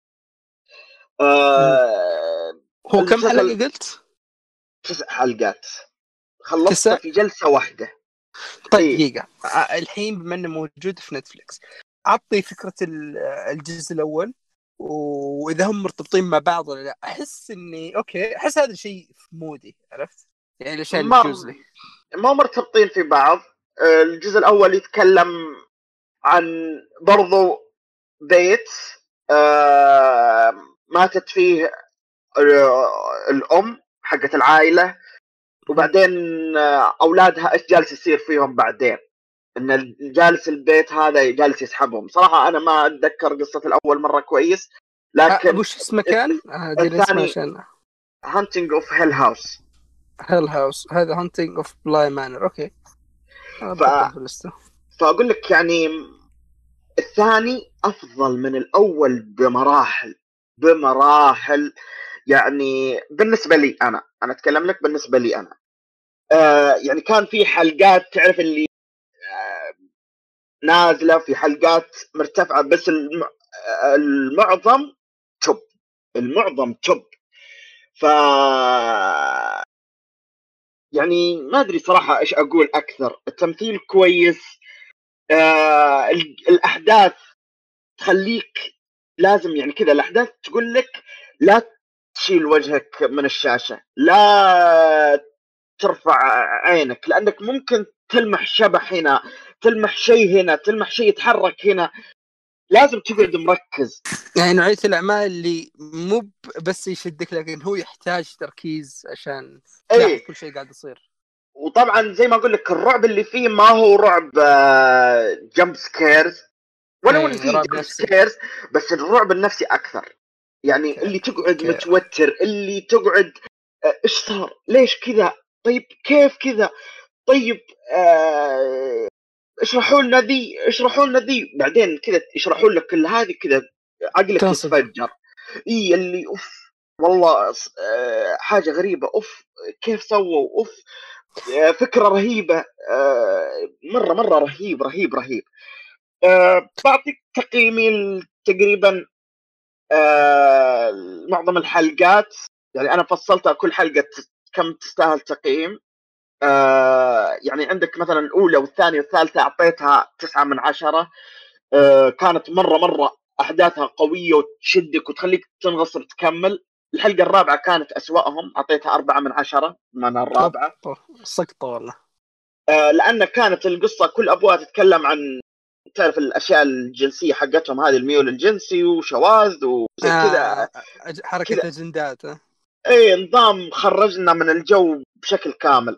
آه هو كم المسلسل حلقة قلت؟ تسع حلقات خلصته تسع؟ في جلسه واحده. طيب إيه. دقيقة، آه، الحين بما انه موجود في نتفليكس، عطي فكرة ال- الجزء الاول واذا هم مرتبطين مع بعض ولا لا. احس اني اوكي، احس هذا شيء في مودي، عرفت يعني الاشياء اللي ما تجوز لي. ما مرتبطين في بعض. آه، الجزء الاول يتكلم عن برضو بيت آه، ماتت فيه آه، الام حقت العائله، وبعدين آه، اولادها ايش جالس يصير فيهم بعدين، ان جالس البيت هذا جالس يسحبهم. صراحه انا ما اتذكر قصه الاول مره كويس، آه، لكن ابو شو اسمه كان؟ آه، دي الاسم الثاني عشان هانتنج اوف هيل هاوس. هيل هاوس، هذا هانتنج اوف بلاي مانر. اوكي آه، ف... بحطه في الليسته. فاقول لك يعني الثاني افضل من الاول بمراحل بمراحل. يعني بالنسبه لي انا انا اتكلم لك بالنسبه لي انا آه يعني كان في حلقات تعرف اللي آه نازله، في حلقات مرتفعه، بس الم... المعظم توب، المعظم توب. ف يعني ما ادري صراحه ايش اقول اكثر. التمثيل كويس. آه الاحداث تخليك لازم يعني كذا، الاحداث تقول لك لا تشيل وجهك من الشاشه، لا ترفع عينك، لانك ممكن تلمح شبح هنا، تلمح شيء هنا، تلمح شيء يتحرك هنا، لازم تقعد مركز. يعني نوعية الأعمال اللي مو ب- بس يشدك، لكن هو يحتاج تركيز عشان تلاحظ اي كل شيء قاعد يصير. وطبعا زي ما اقول لك الرعب اللي فيه ما هو رعب جمب سكيرز، ولو ان ايه في رعب جمب نفسي. سكيرز، بس الرعب النفسي اكثر. يعني اوكي اللي تقعد اوكي. متوتر، اللي تقعد آه، ايش صار، ليش كذا، طيب كيف كذا، طيب آه، اشرحوا لنا ذي، اشرحوا لنا ذي، بعدين كذا يشرحوا لك كل هذه كذا عقلك تنصدم. يتفجر. اي اللي اوف والله آه، حاجه غريبه، اوف كيف سووا، اوف آه، فكره رهيبه، آه، مره مره رهيب رهيب رهيب. أه بعطيك تقييمي تقريبا أه معظم الحلقات، يعني انا فصلتها كل حلقه كم تستاهل تقييم. أه يعني عندك مثلا الاولى والثانيه والثالثه اعطيتها تسعة من عشرة. أه كانت مره مره احداثها قويه وتشدك وتخليك تنغص تكمل. الحلقه الرابعه كانت اسواهم، اعطيتها أربعة من عشرة من الرابعه. أوه، سقطة والله. أه لان كانت القصه كل ابوها تتكلم عن تعرف الاشياء الجنسيه حقتهم هذه، الميول الجنسي وشواذ وزي كذا آه أج- حركة كذا. أجندات. آه. اي نظام خرجنا من الجو بشكل كامل.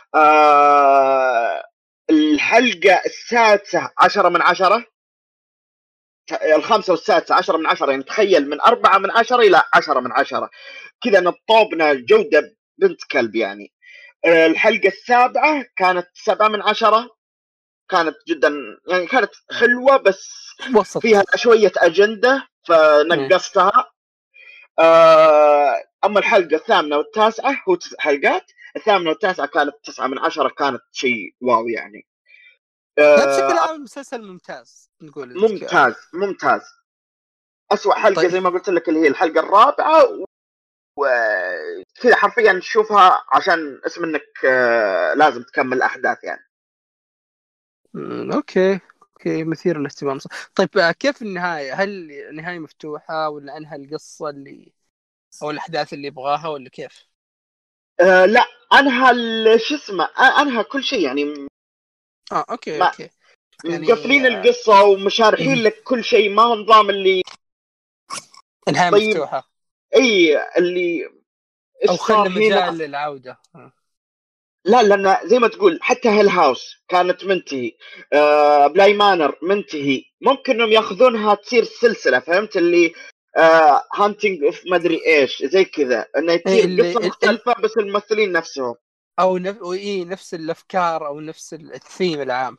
آه الحلقه السادسه عشرة من عشرة، الخامسه والسادسه عشرة من عشرة، يعني تخيل من أربعة من عشرة الى عشرة من عشرة، كذا نطوبنا جوده بنت كلب يعني. آه الحلقه السابعه كانت سبعة من عشرة، كانت جدا يعني كانت حلوه بس وسط. فيها شويه اجنده فنقصتها. آه اما الحلقه الثامنه والتاسعه، هو تسع حلقات، الثامنه والتاسعه كانت تسعة من عشرة، كانت شيء واو يعني. لا بشكل آه عام مسلسل ممتاز نقول لك. ممتاز ممتاز. اسوأ حلقه طيب زي ما قلت لك اللي هي الحلقه الرابعه، وكذا حرفيا تشوفها عشان اسم انك آه، لازم تكمل الاحداث يعني. مم، اوكي اوكي مثير للاهتمام. طيب آه، كيف النهايه؟ هل النهايه مفتوحه ولا انها القصه اللي او الاحداث اللي يبغاها ولا كيف؟ آه لا انهى ال- شو اسمه آه، انهى كل شيء يعني. اه اوكي ما اوكي يعني مقفلين آه، القصه ومشارحين لك كل شيء، ما هو نظام اللي النهايه طيب مفتوحه اي اللي ايش او صار خلى هنا. مجال للعوده. آه. لا لان زي ما تقول حتى هيل هاوس كانت منتهي، آه بلاي مانر منتهي، ممكن انهم ياخذونها تصير سلسله، فهمت اللي هانتنج اوف مدري ايش زي كذا، انه إيه تصير اللي قصه ال- ال- مختلفه بس الممثلين نفسهم. او نف... إيه نفس الافكار او نفس الثيم العام.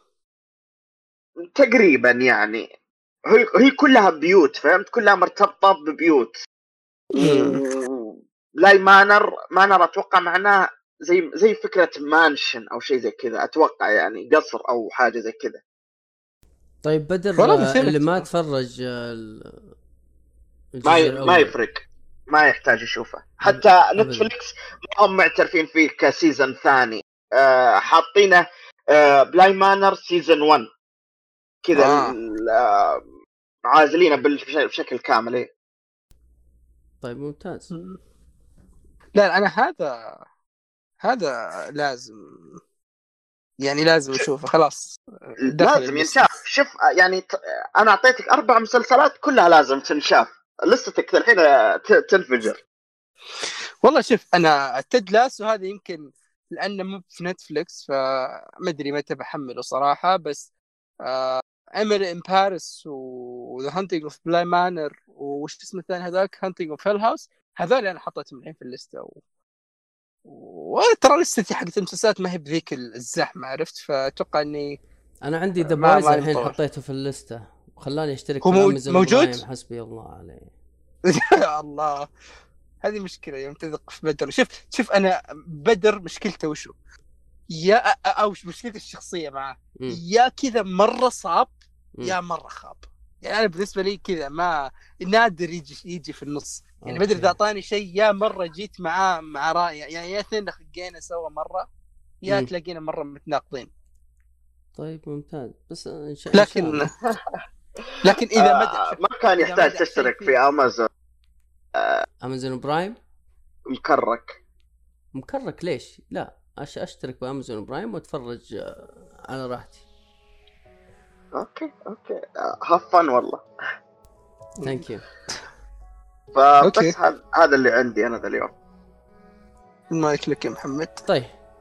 تقريبا يعني هي هي كلها بيوت، فهمت، كلها مرتبطه ببيوت. مم. بلاي مانر مانر اتوقع معناه زي زي فكره مانشن او شيء زي كذا، اتوقع يعني قصر او حاجه زي كذا. طيب بدر والله آه، مثير اللي ما للاهتمام. تفرج آه، ال- ما الجزء ي... ما الاول يفرق، ما يحتاج يشوفه. أب- حتى ابدا. نتفليكس ما هم معترفين فيه كسيزن ثاني، آه حاطينه آه بلاي مانر سيزن واحد كذا، آه. ال- آه عازلينه بالش- بشكل كامل. إيه. طيب ممتاز. مم. لا لا، انا هذا هذا لازم يعني لازم اشوفه خلاص. دخل لازم الليستة. ينشاف. شوف يعني ت... انا اعطيتك اربع مسلسلات كلها لازم تنشاف، لستك الحين ت- تنفجر. والله شوف انا تيد لاسو هذا يمكن لانه مو في نتفليكس فما ادري متى بحمله صراحه، بس ايميلي ان باريس وذا هانتنج اوف بلاي مانر وش اسمه الثاني هذاك هانتنج اوف هيل هاوس، هذول انا حطيتهم الحين في الليسته و... وترى لستي حقت المسلسلات ما هي بذيك الزحمه عرفت، فاتوقع اني انا عندي ذا ما- بويز ما الحين مطول. حطيته في الليسته وخلاني اشترك هو في مو- امازون موجود؟ برايم، حسبي الله عليه. يا الله هذه مشكله يوم تثق في بدر. شوف شوف انا بدر مشكلته وشو يا او مشكلتي الشخصيه معه، مم. يا كذا مره صعب مم. يا مره خاب. يعني انا بالنسبه لي كذا ما نادر يجي يجي في النص. يعني أوكي. بدر اذا اعطاني شيء يا مره جيت معاه مع راي، يعني يا اثنين خقينا سوا مره يا مم. تلاقينا مره متناقضين. طيب ممتاز، بس ان شاء الله لكن لكن اذا مدح آه شوف، ما كان إذا يحتاج مدح شيء تشترك فيه- في امازون امازون برايم مكرك. مكرك ليش؟ لا أش اشترك بامازون برايم واتفرج آه، على راحتي. اوكي اوكي هفن والله. ثانك يو. أوكي. فبس هذا هذا اللي عندي انا ذا اليوم. المايك لك يا محمد. طيب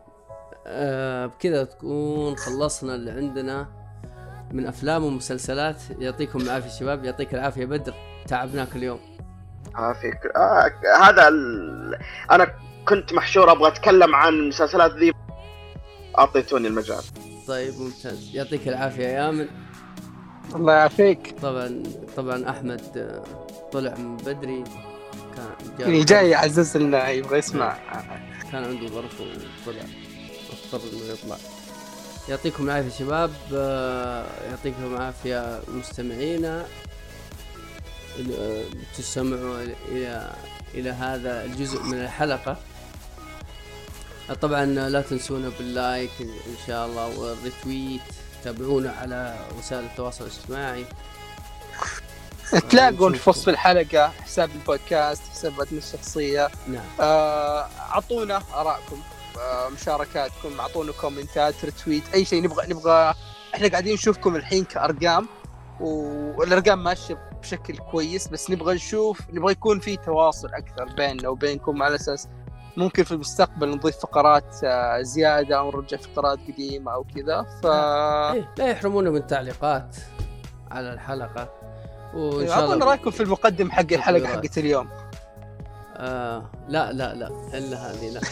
آه بكذا تكون خلصنا اللي عندنا من افلام ومسلسلات. يعطيكم العافيه شباب، يعطيك العافيه بدر، تعبناك اليوم. عافيك. آه هذا ال... انا كنت محشور ابغى اتكلم عن المسلسلات ذي، اعطيتوني المجال. طيب ممتاز، يعطيك العافيه يا امن. الله يعافيك. طبعا طبعا احمد آه، طلع من بدري، كان يعني جاي يعزز لنا يبغى يسمع. كان عنده ظرف وطلع اضطر انه يطلع. يعطيكم العافيه شباب، آه، يعطيكم العافيه مستمعينا اللي، آه، تستمعوا الى الى هذا الجزء من الحلقه. طبعا لا تنسونا باللايك ان شاء الله والريتويت، تابعونا على وسائل التواصل الاجتماعي. تلاقون في وصف الحلقة حساب البودكاست، حساباتنا الشخصية. نعم. آه، أعطونا آراءكم، آه، مشاركاتكم، أعطونا كومنتات، رتويت، أي شيء نبغى نبغى إحنا قاعدين نشوفكم الحين كأرقام، والأرقام ماشية بشكل كويس، بس نبغى نشوف نبغى يكون في تواصل أكثر بيننا وبينكم، على أساس ممكن في المستقبل نضيف فقرات آه، زيادة أو نرجع فقرات قديمة أو كذا. ف إيه لا يحرمونا من التعليقات على الحلقة. وإن شاء أعطونا الله رأيكم في المقدم حق الحلقة حقت اليوم. آه لا لا لا إلا هذه لا.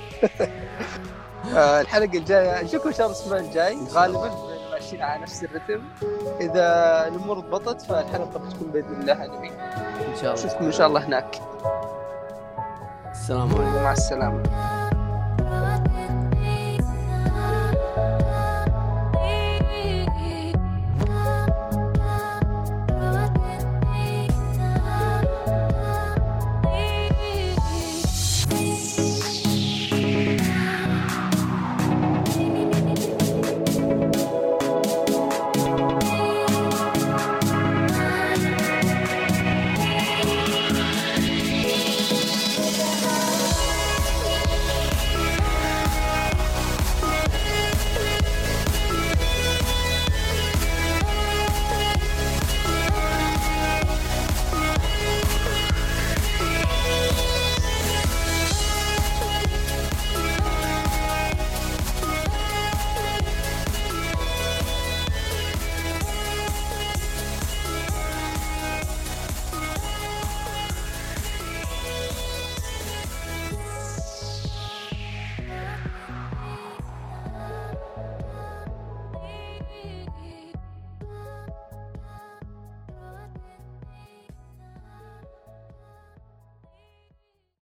آه الحلقة الجاية نشوفكم إن شاء الله الأسبوع الجاي غالبا ماشيين على نفس الرتم. إذا الأمور ضبطت فالحلقة بتكون بإذن الله أنمي. إن شاء الله. نشوفكم إن شاء الله هناك. السلام عليكم. مع السلامة.